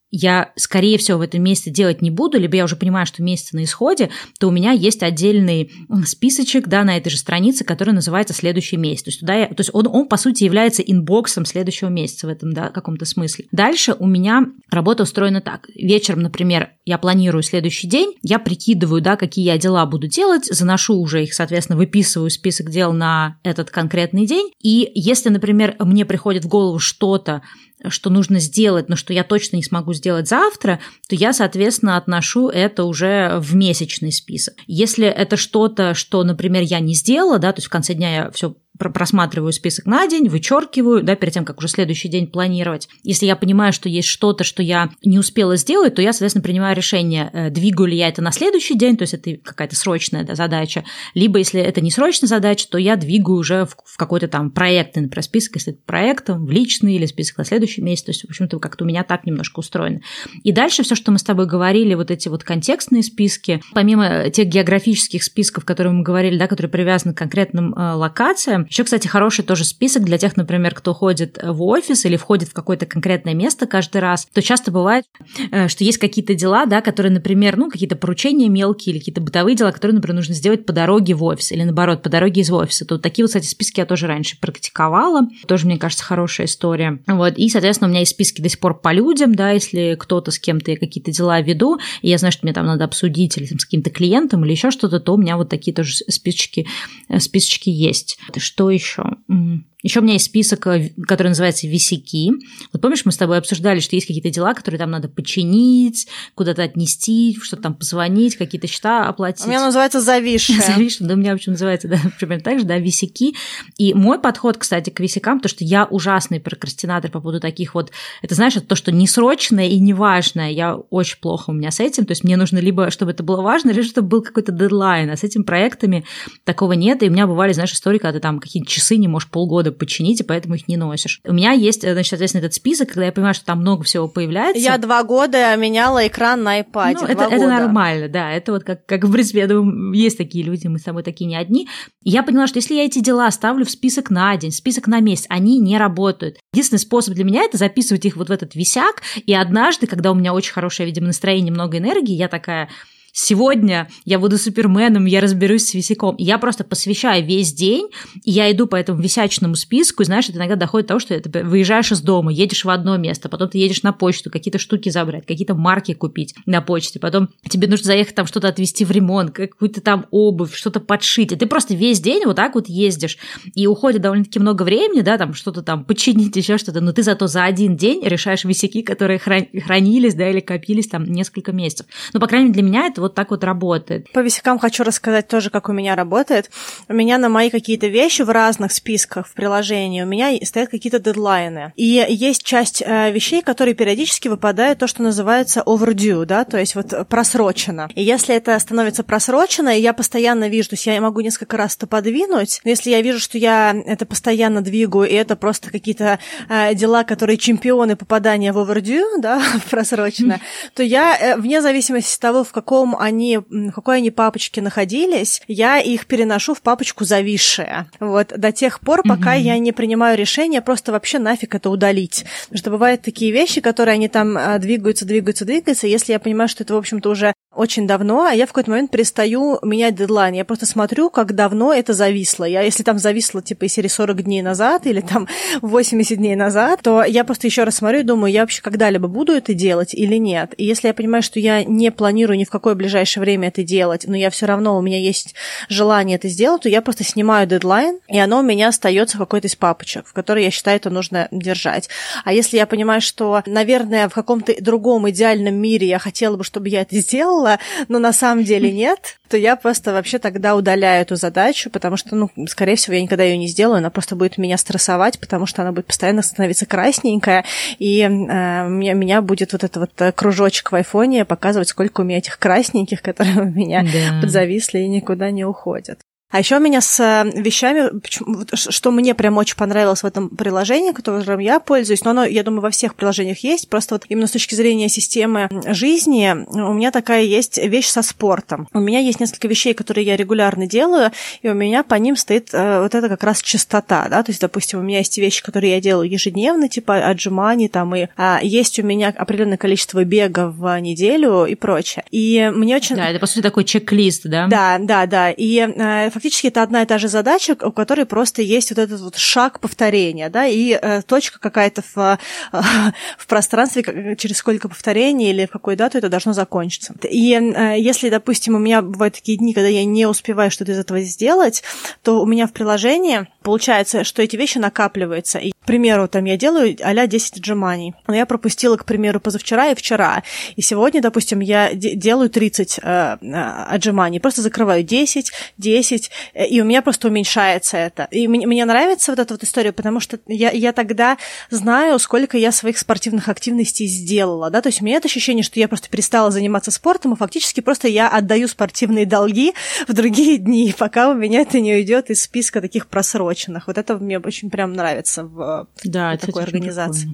я, скорее всего, в этом месяце делать не буду, либо я уже понимаю, что месяц на исходе, то у меня есть отдельный списочек, да, на этой же странице, который называется «Следующий месяц». То есть, туда я, то есть он, он, по сути, является инбоксом следующего месяца в этом, да, каком-то смысле. Дальше у меня работа устроена так. Вечером, например, я планирую следующий день, я прикидываю, да, какие я дела буду делать, заношу уже их, соответственно, выписываю список дел на этот конкретный день. И если, например, мне приходит в голову что-то, что нужно сделать, но что я точно не смогу сделать завтра, то я, соответственно, отношу это уже в месячный список. Если это что-то, что, например, я не сделала, да, то есть в конце дня я все просматриваю список на день, вычеркиваю, да, перед тем, как уже следующий день планировать. Если я понимаю, что есть что-то, что я не успела сделать, то я, соответственно, принимаю решение, двигаю ли я это на следующий день, то есть это какая-то срочная, да, задача, либо если это не срочная задача, то я двигаю уже в, в какой-то там проектный, например, список, если это проектом, в личный или список на следующий месяц, то есть, в общем-то, как-то у меня так немножко устроено. И дальше все, что мы с тобой говорили, вот эти вот контекстные списки, помимо тех географических списков, которые мы говорили, да, которые привязаны к конкретным э, локациям, еще, кстати, хороший тоже список для тех, например, кто ходит в офис или входит в какое-то конкретное место каждый раз, то часто бывает, что есть какие-то дела, да, которые, например, ну, какие-то поручения мелкие или какие-то бытовые дела, которые, например, нужно сделать по дороге в офис или, наоборот, по дороге из офиса. То вот такие вот, кстати, списки я тоже раньше практиковала. Тоже, мне кажется, хорошая история. Вот. И, соответственно, у меня есть списки до сих пор по людям, да, если кто-то с кем-то я какие-то дела веду, и я знаю, что мне там надо обсудить или там, с каким-то клиентом или еще что-то, то у меня вот такие тоже списочки, списочки есть. Что еще? Еще у меня есть список, который называется «Висяки». Вот помнишь, мы с тобой обсуждали, что есть какие-то дела, которые там надо починить, куда-то отнести, что-то там позвонить, какие-то счета оплатить. У меня называется «Зависшее». Зависшее, да, у меня, в общем, называется, да, примерно так же, да, «Висяки». И мой подход, кстати, к висякам, то, что я ужасный прокрастинатор по поводу таких вот, это, знаешь, это то, что несрочное и неважное, я очень плохо у меня с этим, то есть мне нужно либо, чтобы это было важно, либо чтобы был какой-то дедлайн, а с этими проектами такого нет, и у меня бывали, знаешь, истории, когда ты там какие-то часы не можешь полгода починить, и поэтому их не носишь. У меня есть, значит, соответственно, этот список, когда я понимаю, что там много всего появляется. Я два года меняла экран на iPad. Ну, это, это нормально, да. Это вот как, как в принципе, я думаю, есть такие люди, мы с тобой такие не одни. И я поняла, что если я эти дела ставлю в список на день, список на месяц, они не работают. Единственный способ для меня – это записывать их вот в этот висяк, и однажды, когда у меня очень хорошее, видимо, настроение, много энергии, я такая... Сегодня я буду суперменом, я разберусь с висяком. Я просто посвящаю весь день, и я иду по этому висячному списку, и, знаешь, это иногда доходит до того, что ты выезжаешь из дома, едешь в одно место, потом ты едешь на почту, какие-то штуки забрать, какие-то марки купить на почте, потом тебе нужно заехать там что-то отвезти в ремонт, какую-то там обувь, что-то подшить, и ты просто весь день вот так вот ездишь, и уходит довольно-таки много времени, да, там что-то там починить, еще что-то, но ты зато за один день решаешь висяки, которые хранились, да, или копились там несколько месяцев. Ну, по крайней мере, для меня это вот так вот работает. По висякам хочу рассказать тоже, как у меня работает. У меня на мои какие-то вещи в разных списках в приложении у меня стоят какие-то дедлайны. И есть часть э, вещей, которые периодически выпадают то, что называется overdue, да, то есть вот просрочено. И если это становится просрочено, и я постоянно вижу, то есть я могу несколько раз это подвинуть, но если я вижу, что я это постоянно двигаю, и это просто какие-то э, дела, которые чемпионы попадания в overdue, да, в просрочено, то я, э, вне зависимости от того, в каком они, в какой они папочке находились, я их переношу в папочку «Зависшее». Вот, до тех пор, пока mm-hmm. я не принимаю решение просто вообще нафиг это удалить. Потому что бывают такие вещи, которые они там двигаются, двигаются, двигаются. Если я понимаю, что это, в общем-то, уже очень давно, а я в какой-то момент перестаю менять дедлайн. Я просто смотрю, как давно это зависло. Я, если там зависло, типа, из серии сорок дней назад или там восемьдесят дней назад, то я просто еще раз смотрю и думаю, я вообще когда-либо буду это делать или нет. И если я понимаю, что я не планирую ни в какое ближайшее время это делать, но я все равно, у меня есть желание это сделать, то я просто снимаю дедлайн, и оно у меня остается в какой-то из папочек, в которой я считаю, это нужно держать. А если я понимаю, что, наверное, в каком-то другом идеальном мире я хотела бы, чтобы я это сделала, но на самом деле нет, то я просто вообще тогда удаляю эту задачу, потому что, ну, скорее всего, я никогда ее не сделаю, она просто будет меня стрессовать, потому что она будет постоянно становиться красненькая, и э, меня, меня будет вот этот вот кружочек в айфоне показывать, сколько у меня этих красненьких, которые у меня да. подзависли и никуда не уходят. А еще у меня с вещами, что мне прям очень понравилось в этом приложении, которым я пользуюсь, но оно, я думаю, во всех приложениях есть, просто вот именно с точки зрения системы жизни у меня такая есть вещь со спортом. У меня есть несколько вещей, которые я регулярно делаю, и у меня по ним стоит вот это как раз частота, да, то есть, допустим, у меня есть вещи, которые я делаю ежедневно, типа отжиманий, там, и а, есть у меня определенное количество бега в неделю и прочее. И мне очень... Да, это, по сути, такой чек-лист, да? Да, да, да, и э, фактически это одна и та же задача, у которой просто есть вот этот вот шаг повторения, да, и э, точка какая-то в, э, в пространстве, через сколько повторений или в какую дату это должно закончиться. И э, если, допустим, у меня бывают такие дни, когда я не успеваю что-то из этого сделать, то у меня в приложении получается, что эти вещи накапливаются. И, к примеру, там я делаю а-ля десять отжиманий, но я пропустила, к примеру, позавчера и вчера. И сегодня, допустим, я де- делаю тридцать э, отжиманий, просто закрываю десять, десять, и у меня просто уменьшается это. И мне, мне нравится вот эта вот история, потому что я, я тогда знаю, сколько я своих спортивных активностей сделала, да, то есть у меня нет ощущения, что я просто перестала заниматься спортом, и фактически просто я отдаю спортивные долги в другие дни, пока у меня это не уйдет из списка таких просроченных. Вот это мне очень прям нравится в, да, в такой организации.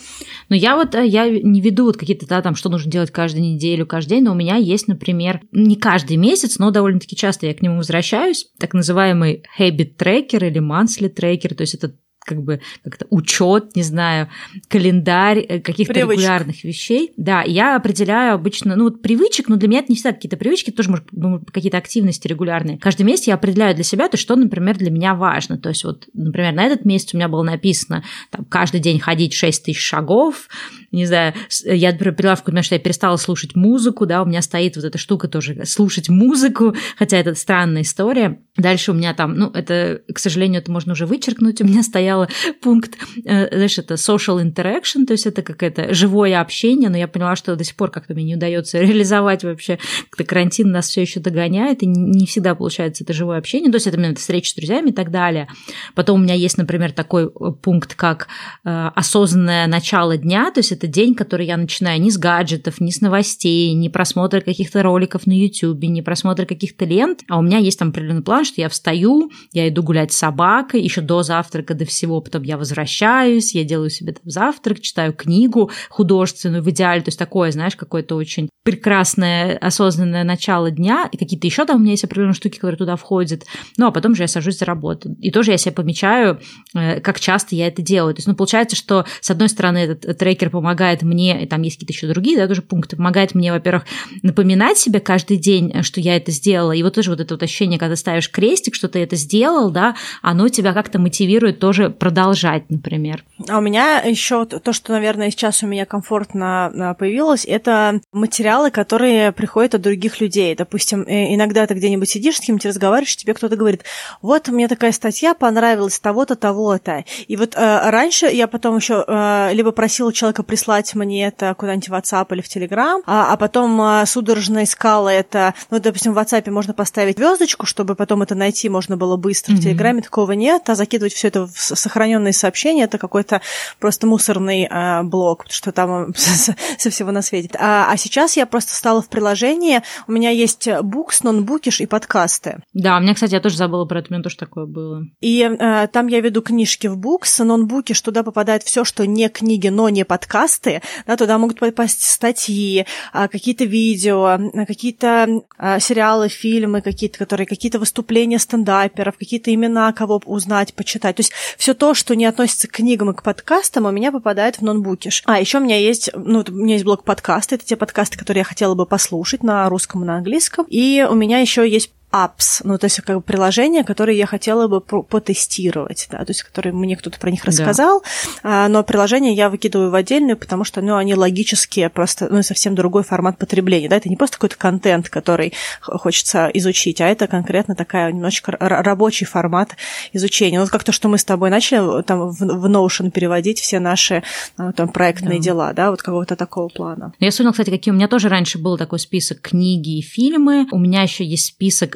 Но я вот, я не веду вот какие-то, да, там, что нужно делать каждую неделю, каждый день, но у меня есть, например, не каждый месяц, но довольно-таки часто я к нему возвращаюсь, так называемый habit tracker или monthly tracker, то есть это как бы как-то учет, не знаю, календарь каких-то Привычек. регулярных вещей. Да, я определяю обычно, ну, вот привычек, но для меня это не всегда какие-то привычки, тоже, может, какие-то активности регулярные. Каждый месяц я определяю для себя, то есть что, например, для меня важно. То есть вот, например, на этот месяц у меня было написано там, каждый день ходить шесть тысяч шагов, не знаю, я, например, поняла, потому что я перестала слушать музыку, да, у меня стоит вот эта штука тоже, слушать музыку, хотя это странная история. Дальше у меня там, ну, это, к сожалению, это можно уже вычеркнуть, у меня стоял пункт, знаешь, это social interaction, то есть это какое-то живое общение, но я поняла, что до сих пор как-то мне не удается реализовать вообще, как-то карантин нас все еще догоняет, и не всегда получается это живое общение, то есть это именно встречи с друзьями и так далее. Потом у меня есть, например, такой пункт, как осознанное начало дня, то есть это день, который я начинаю не с гаджетов, не с новостей, не просмотра каких-то роликов на YouTube, не просмотра каких-то лент, а у меня есть там определенный план, что я встаю, я иду гулять с собакой, еще до завтрака, до всего, потом я возвращаюсь, я делаю себе там завтрак, читаю книгу художественную в идеале, то есть такое, знаешь, какое-то очень прекрасное осознанное начало дня, и какие-то еще там у меня есть определенные штуки, которые туда входят, ну, а потом же я сажусь за работу. И тоже я себе помечаю, как часто я это делаю. То есть, ну, получается, что, с одной стороны, этот трекер помогает мне, и там есть какие-то еще другие, да, тоже пункты, помогает мне, во-первых, напоминать себе каждый день, что я это сделала, и вот тоже вот это вот ощущение, когда ставишь крестик, что ты это сделал, да, оно тебя как-то мотивирует тоже продолжать, например. А у меня еще то, что, наверное, сейчас у меня комфортно появилось, это материалы, которые приходят от других людей. Допустим, иногда ты где-нибудь сидишь, с кем-то разговариваешь, тебе кто-то говорит, вот мне такая статья понравилась, того-то, того-то. И вот э, раньше я потом еще э, либо просила человека прислать мне это куда-нибудь в WhatsApp или в Telegram, а, а потом э, судорожно искала это, ну, допустим, в WhatsApp можно поставить звездочку, чтобы потом это найти можно было быстро. Mm-hmm. В Telegram такого нет, а закидывать все это в сохраненные сообщения, это какой-то просто мусорный э, блок, потому что там со всего на свете. А, а сейчас я просто стала в приложении, у меня есть Books, Non-Bookish и подкасты. Да, у меня, кстати, я тоже забыла про это, у меня тоже такое было. И э, там я веду книжки в Books, Non-Bookish, туда попадает все, что не книги, но не подкасты, да, туда могут попасть статьи, э, какие-то видео, э, какие-то э, сериалы, фильмы какие-то, которые, какие-то выступления стендаперов, какие-то имена, кого узнать, почитать. То есть все то, что не относится к книгам и к подкастам, у меня попадает в Non-Bookish. А еще у меня есть, ну, у меня есть блог подкасты, это те подкасты, которые я хотела бы послушать на русском и на английском. И у меня еще есть apps, ну, то есть как бы приложения, которые я хотела бы потестировать, да, то есть которые мне кто-то про них рассказал, да. Но приложения я выкидываю в отдельную, потому что, ну, они логические, просто, ну, совсем другой формат потребления, да, это не просто какой-то контент, который хочется изучить, а это конкретно такая немножечко рабочий формат изучения. Вот как то, что мы с тобой начали там в Notion переводить все наши там проектные да. дела, да, вот какого-то такого плана. Я вспомнила, кстати, какие у меня тоже раньше был такой список книги и фильмы, у меня еще есть список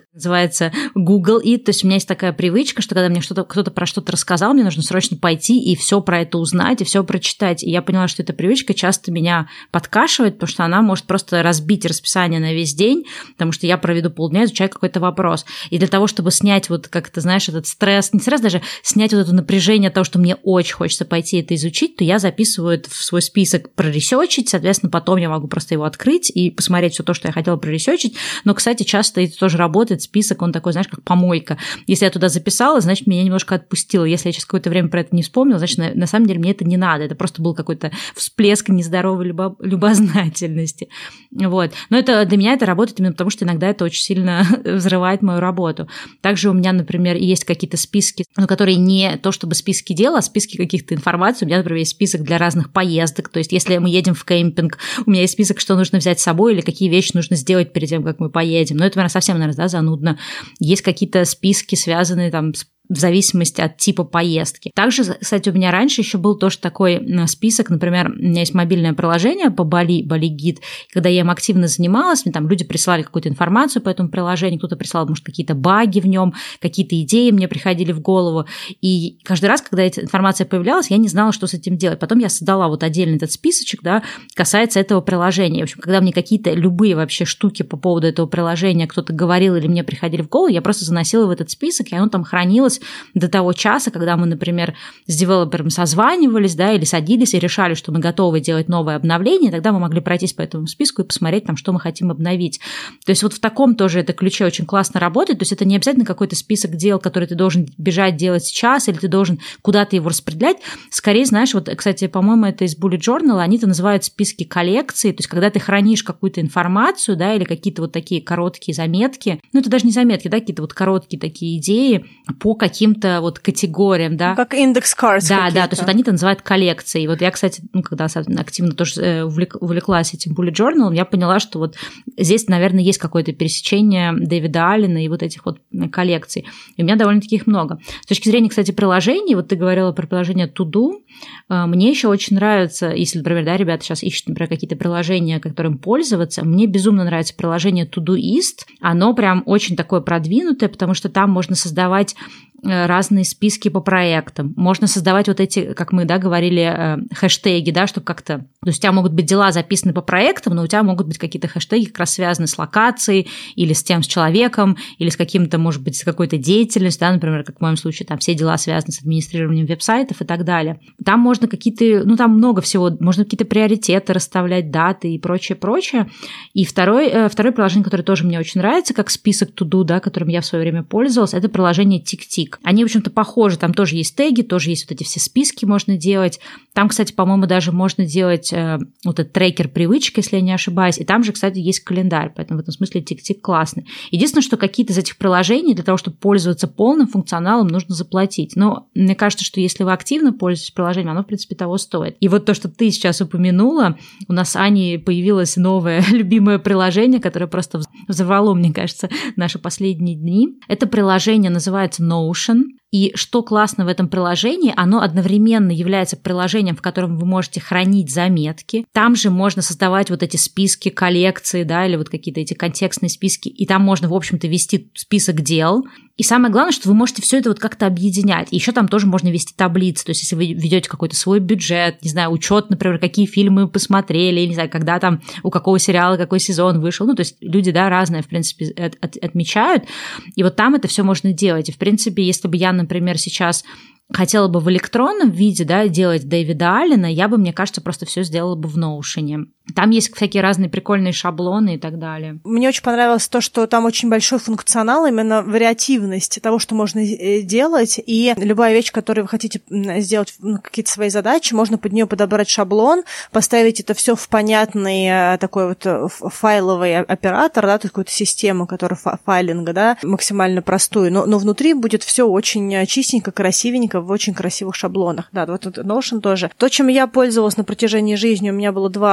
называется Google It, то есть у меня есть такая привычка, что когда мне что-то, кто-то про что-то рассказал, мне нужно срочно пойти и все про это узнать, и все прочитать. И я поняла, что эта привычка часто меня подкашивает, потому что она может просто разбить расписание на весь день, потому что я проведу полдня, изучаю какой-то вопрос. И для того, чтобы снять вот, как ты знаешь, этот стресс, не стресс даже, снять вот это напряжение от того, что мне очень хочется пойти это изучить, то я записываю это в свой список проресерчить, соответственно, потом я могу просто его открыть и посмотреть все то, что я хотела проресерчить. Но, кстати, часто это тоже работает, список, он такой, знаешь, как помойка. Если я туда записала, значит, меня немножко отпустило. Если я сейчас какое-то время про это не вспомнила, значит, на, на самом деле мне это не надо. Это просто был какой-то всплеск нездоровой любо, любознательности. Вот. Но это, для меня это работает именно потому, что иногда это очень сильно взрывает мою работу. Также у меня, например, есть какие-то списки, ну, которые не то чтобы списки дел, а списки каких-то информаций. У меня, например, есть список для разных поездок. То есть если мы едем в кемпинг, у меня есть список, что нужно взять с собой или какие вещи нужно сделать перед тем, как мы поедем. Но это, наверное, совсем, наверное, да, занудно. Есть какие-то списки, связанные там с в зависимости от типа поездки. Также, кстати, у меня раньше еще был тоже такой список, например, у меня есть мобильное приложение по Бали, Бали Гид, когда я им активно занималась, мне там люди присылали какую-то информацию по этому приложению, кто-то прислал, может, какие-то баги в нем, какие-то идеи мне приходили в голову, и каждый раз, когда эта информация появлялась, я не знала, что с этим делать. Потом я создала вот отдельный этот списочек, да, касается этого приложения. В общем, когда мне какие-то любые вообще штуки по поводу этого приложения кто-то говорил или мне приходили в голову, я просто заносила в этот список, и оно там хранилось до того часа, когда мы, например, с девелопером созванивались, да, или садились и решали, что мы готовы делать новое обновление, тогда мы могли пройтись по этому списку и посмотреть, там, что мы хотим обновить. То есть вот в таком тоже это ключе очень классно работает, то есть это не обязательно какой-то список дел, который ты должен бежать делать сейчас, или ты должен куда-то его распределять. Скорее, знаешь, вот, кстати, по-моему, это из Bullet Journal, они это называют списки коллекций, то есть когда ты хранишь какую-то информацию, да, или какие-то вот такие короткие заметки, ну, это даже не заметки, да, какие-то вот короткие такие идеи по каким-то вот категориям, да. Как индекс cards. Да, да, то есть вот они это называют коллекцией. Вот я, кстати, ну, когда активно тоже увлеклась этим Bullet Journal, я поняла, что вот здесь, наверное, есть какое-то пересечение Дэвида Аллена и вот этих вот коллекций. И у меня довольно-таки их много. С точки зрения, кстати, приложений, вот ты говорила про приложение To-Do, мне еще очень нравится, если, например, да, ребята сейчас ищут, например, какие-то приложения, которым пользоваться, мне безумно нравится приложение Todoist, оно прям очень такое продвинутое, потому что там можно создавать разные списки по проектам. Можно создавать вот эти, как мы, да, говорили, хэштеги, да, чтобы как-то... То есть у тебя могут быть дела записаны по проектам, но у тебя могут быть какие-то хэштеги, как раз связаны с локацией или с тем, с человеком, или с каким-то, может быть, с какой-то деятельностью, да, например, как в моем случае, там все дела связаны с администрированием веб-сайтов и так далее. Там можно какие-то... Ну, там много всего. Можно какие-то приоритеты расставлять, даты и прочее, прочее. И второй, второе приложение, которое тоже мне очень нравится, как список To-Do, да, которым я в свое время пользовалась, это приложение Tick-Tick. Они, в общем-то, похожи, там тоже есть теги, тоже есть вот эти все списки можно делать. Там, кстати, по-моему, даже можно делать э, вот этот трекер привычек, если я не ошибаюсь, и там же, кстати, есть календарь, поэтому в этом смысле Tick-Tick классный. Единственное, что какие-то из этих приложений для того, чтобы пользоваться полным функционалом, нужно заплатить. Но мне кажется, что если вы активно пользуетесь приложением, оно, в принципе, того стоит. И вот то, что ты сейчас упомянула, у нас с Аней появилось новое любимое приложение, которое просто взорвало, мне кажется, наши последние дни. Это приложение называется Notion. И что классно в этом приложении, оно одновременно является приложением, в котором вы можете хранить заметки. Там же можно создавать вот эти списки, коллекции, да, или вот какие-то эти контекстные списки. И там можно, в общем-то, вести список дел. И самое главное, что вы можете все это вот как-то объединять. И еще там тоже можно вести таблицы. То есть, если вы ведете какой-то свой бюджет, не знаю, учет, например, какие фильмы вы посмотрели, не знаю, когда там, у какого сериала какой сезон вышел. Ну, то есть люди, да, разные, в принципе, от, от, отмечают. И вот там это все можно делать. И, в принципе, если бы я, например, сейчас хотела бы в электронном виде, да, делать Дэвида Аллена, я бы, мне кажется, просто все сделала бы в Notion. Там есть всякие разные прикольные шаблоны и так далее. Мне очень понравилось то, что там очень большой функционал, именно вариативность того, что можно делать, и любая вещь, которую вы хотите сделать, какие-то свои задачи, можно под нее подобрать шаблон, поставить это все в понятный такой вот файловый оператор, да, какую-то систему, которая файлинга, да, максимально простую, но, но внутри будет все очень чистенько, красивенько, в очень красивых шаблонах. Да, вот Notion тоже. То, чем я пользовалась на протяжении жизни, у меня было два таких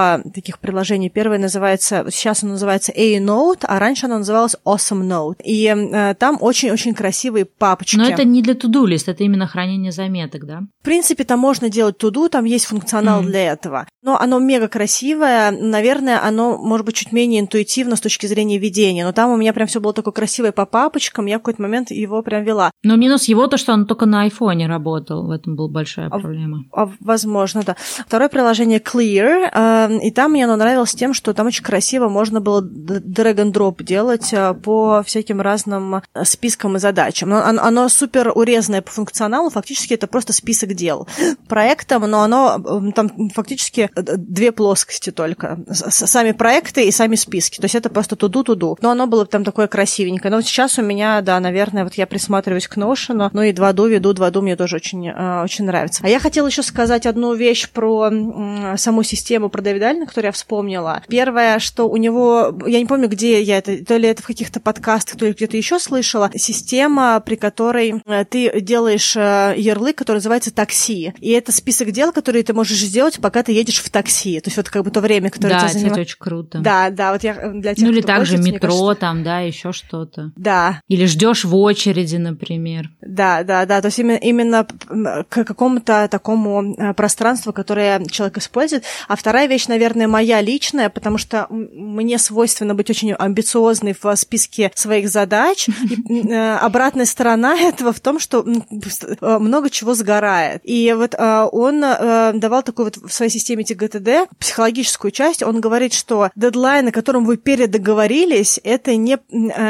таких приложений. Первое называется, сейчас оно называется A-Note, а раньше оно называлось Awesome Note. И э, там очень-очень красивые папочки. Но это не для to-do list, это именно хранение заметок, да? В принципе, там можно делать to-do, там есть функционал mm. для этого. Но оно мега красивое. Наверное, оно, может быть, чуть менее интуитивно с точки зрения ведения. Но там у меня прям все было такое красивое по папочкам. Я в какой-то момент его прям вела. Но минус его то, что он только на айфоне работал. В этом была большая а, проблема. А, возможно, да. Второе приложение Clear. Э, и там мне оно нравилось тем, что там очень красиво можно было drag-and-drop делать по всяким разным спискам и задачам. Но оно, оно супер урезанное по функционалу. Фактически это просто список дел проектом, но оно там фактически две плоскости только. Сами проекты и сами списки. То есть это просто туду-туду. Но оно было там такое красивенькое. Но вот сейчас у меня, да, наверное, вот я присматриваюсь к Notion, ну и два ду веду, два ду мне тоже очень, очень нравится. А я хотела еще сказать одну вещь про саму систему, про Дэвида Аллена, которую я вспомнила. Первое, что у него, я не помню, где я это, то ли это в каких-то подкастах, то ли где-то еще слышала, система, при которой ты делаешь ярлык, который называется такси. И это список дел, которые ты можешь сделать, пока ты едешь в такси. То есть вот как бы то время, которое да, тебе занимает. Да, это очень круто. Да, да, вот я для тех, ну или кто также пользуется, метро кажется... там, да, еще что-то. Да. Или ждешь в очереди, например. Да, да, да. То есть именно, именно к какому-то такому пространству, которое человек использует. А вторая вещь, наверное, моя личная, потому что мне свойственно быть очень амбициозной в списке своих задач. И обратная сторона этого в том, что много чего сгорает. И вот он давал такую вот в своей системе ти джи ти ди психологическую часть. Он говорит, что дедлайн, на котором вы передоговорились, это не,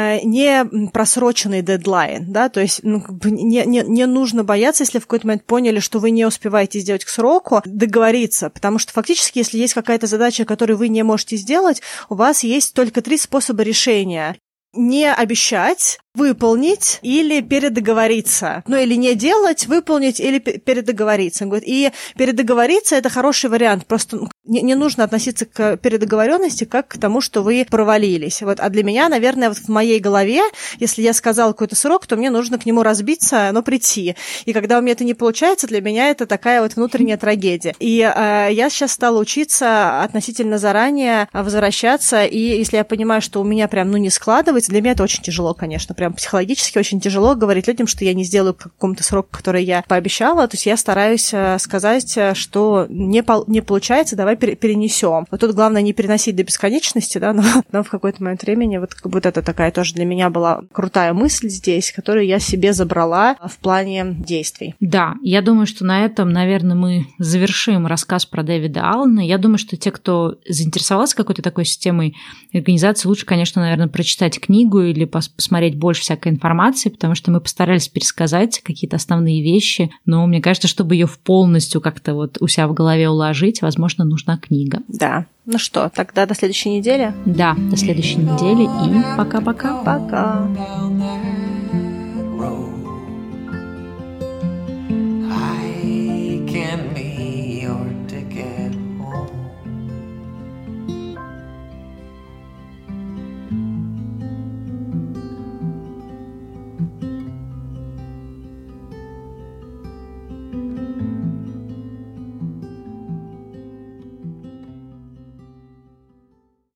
не просроченный дедлайн, да, то есть ну, не, не, не нужно бояться, если в какой-то момент поняли, что вы не успеваете сделать к сроку, договориться, потому что фактически, если есть какая-то задача, которую вы не можете сделать, у вас есть только три способа решения. Не обещать, выполнить или передоговориться. Ну, или не делать, выполнить или передоговориться. Он говорит, и передоговориться – это хороший вариант. Просто не, не нужно относиться к передоговоренности как к тому, что вы провалились. Вот. А для меня, наверное, вот в моей голове, если я сказала какой-то срок, то мне нужно к нему разбиться, но прийти. И когда у меня это не получается, для меня это такая вот внутренняя трагедия. И э, я сейчас стала учиться относительно заранее возвращаться, и если я понимаю, что у меня прям, ну, не складывается, для меня это очень тяжело, конечно, прям психологически очень тяжело говорить людям, что я не сделаю к какому-то сроку, который я пообещала. То есть я стараюсь сказать, что не, по- не получается, давай перенесем. Вот тут главное не переносить до бесконечности, да, но, но в какой-то момент времени вот как будто это такая тоже для меня была крутая мысль здесь, которую я себе забрала в плане действий. Да, я думаю, что на этом, наверное, мы завершим рассказ про Дэвида Аллена. Я думаю, что те, кто заинтересовался какой-то такой системой организации, лучше, конечно, наверное, прочитать книгу или посмотреть больше всякой информации, потому что мы постарались пересказать какие-то основные вещи, но мне кажется, чтобы ее полностью как-то вот у себя в голове уложить, возможно, нужна книга. Да. Ну что, тогда до следующей недели? Да, до следующей недели и пока-пока. Пока.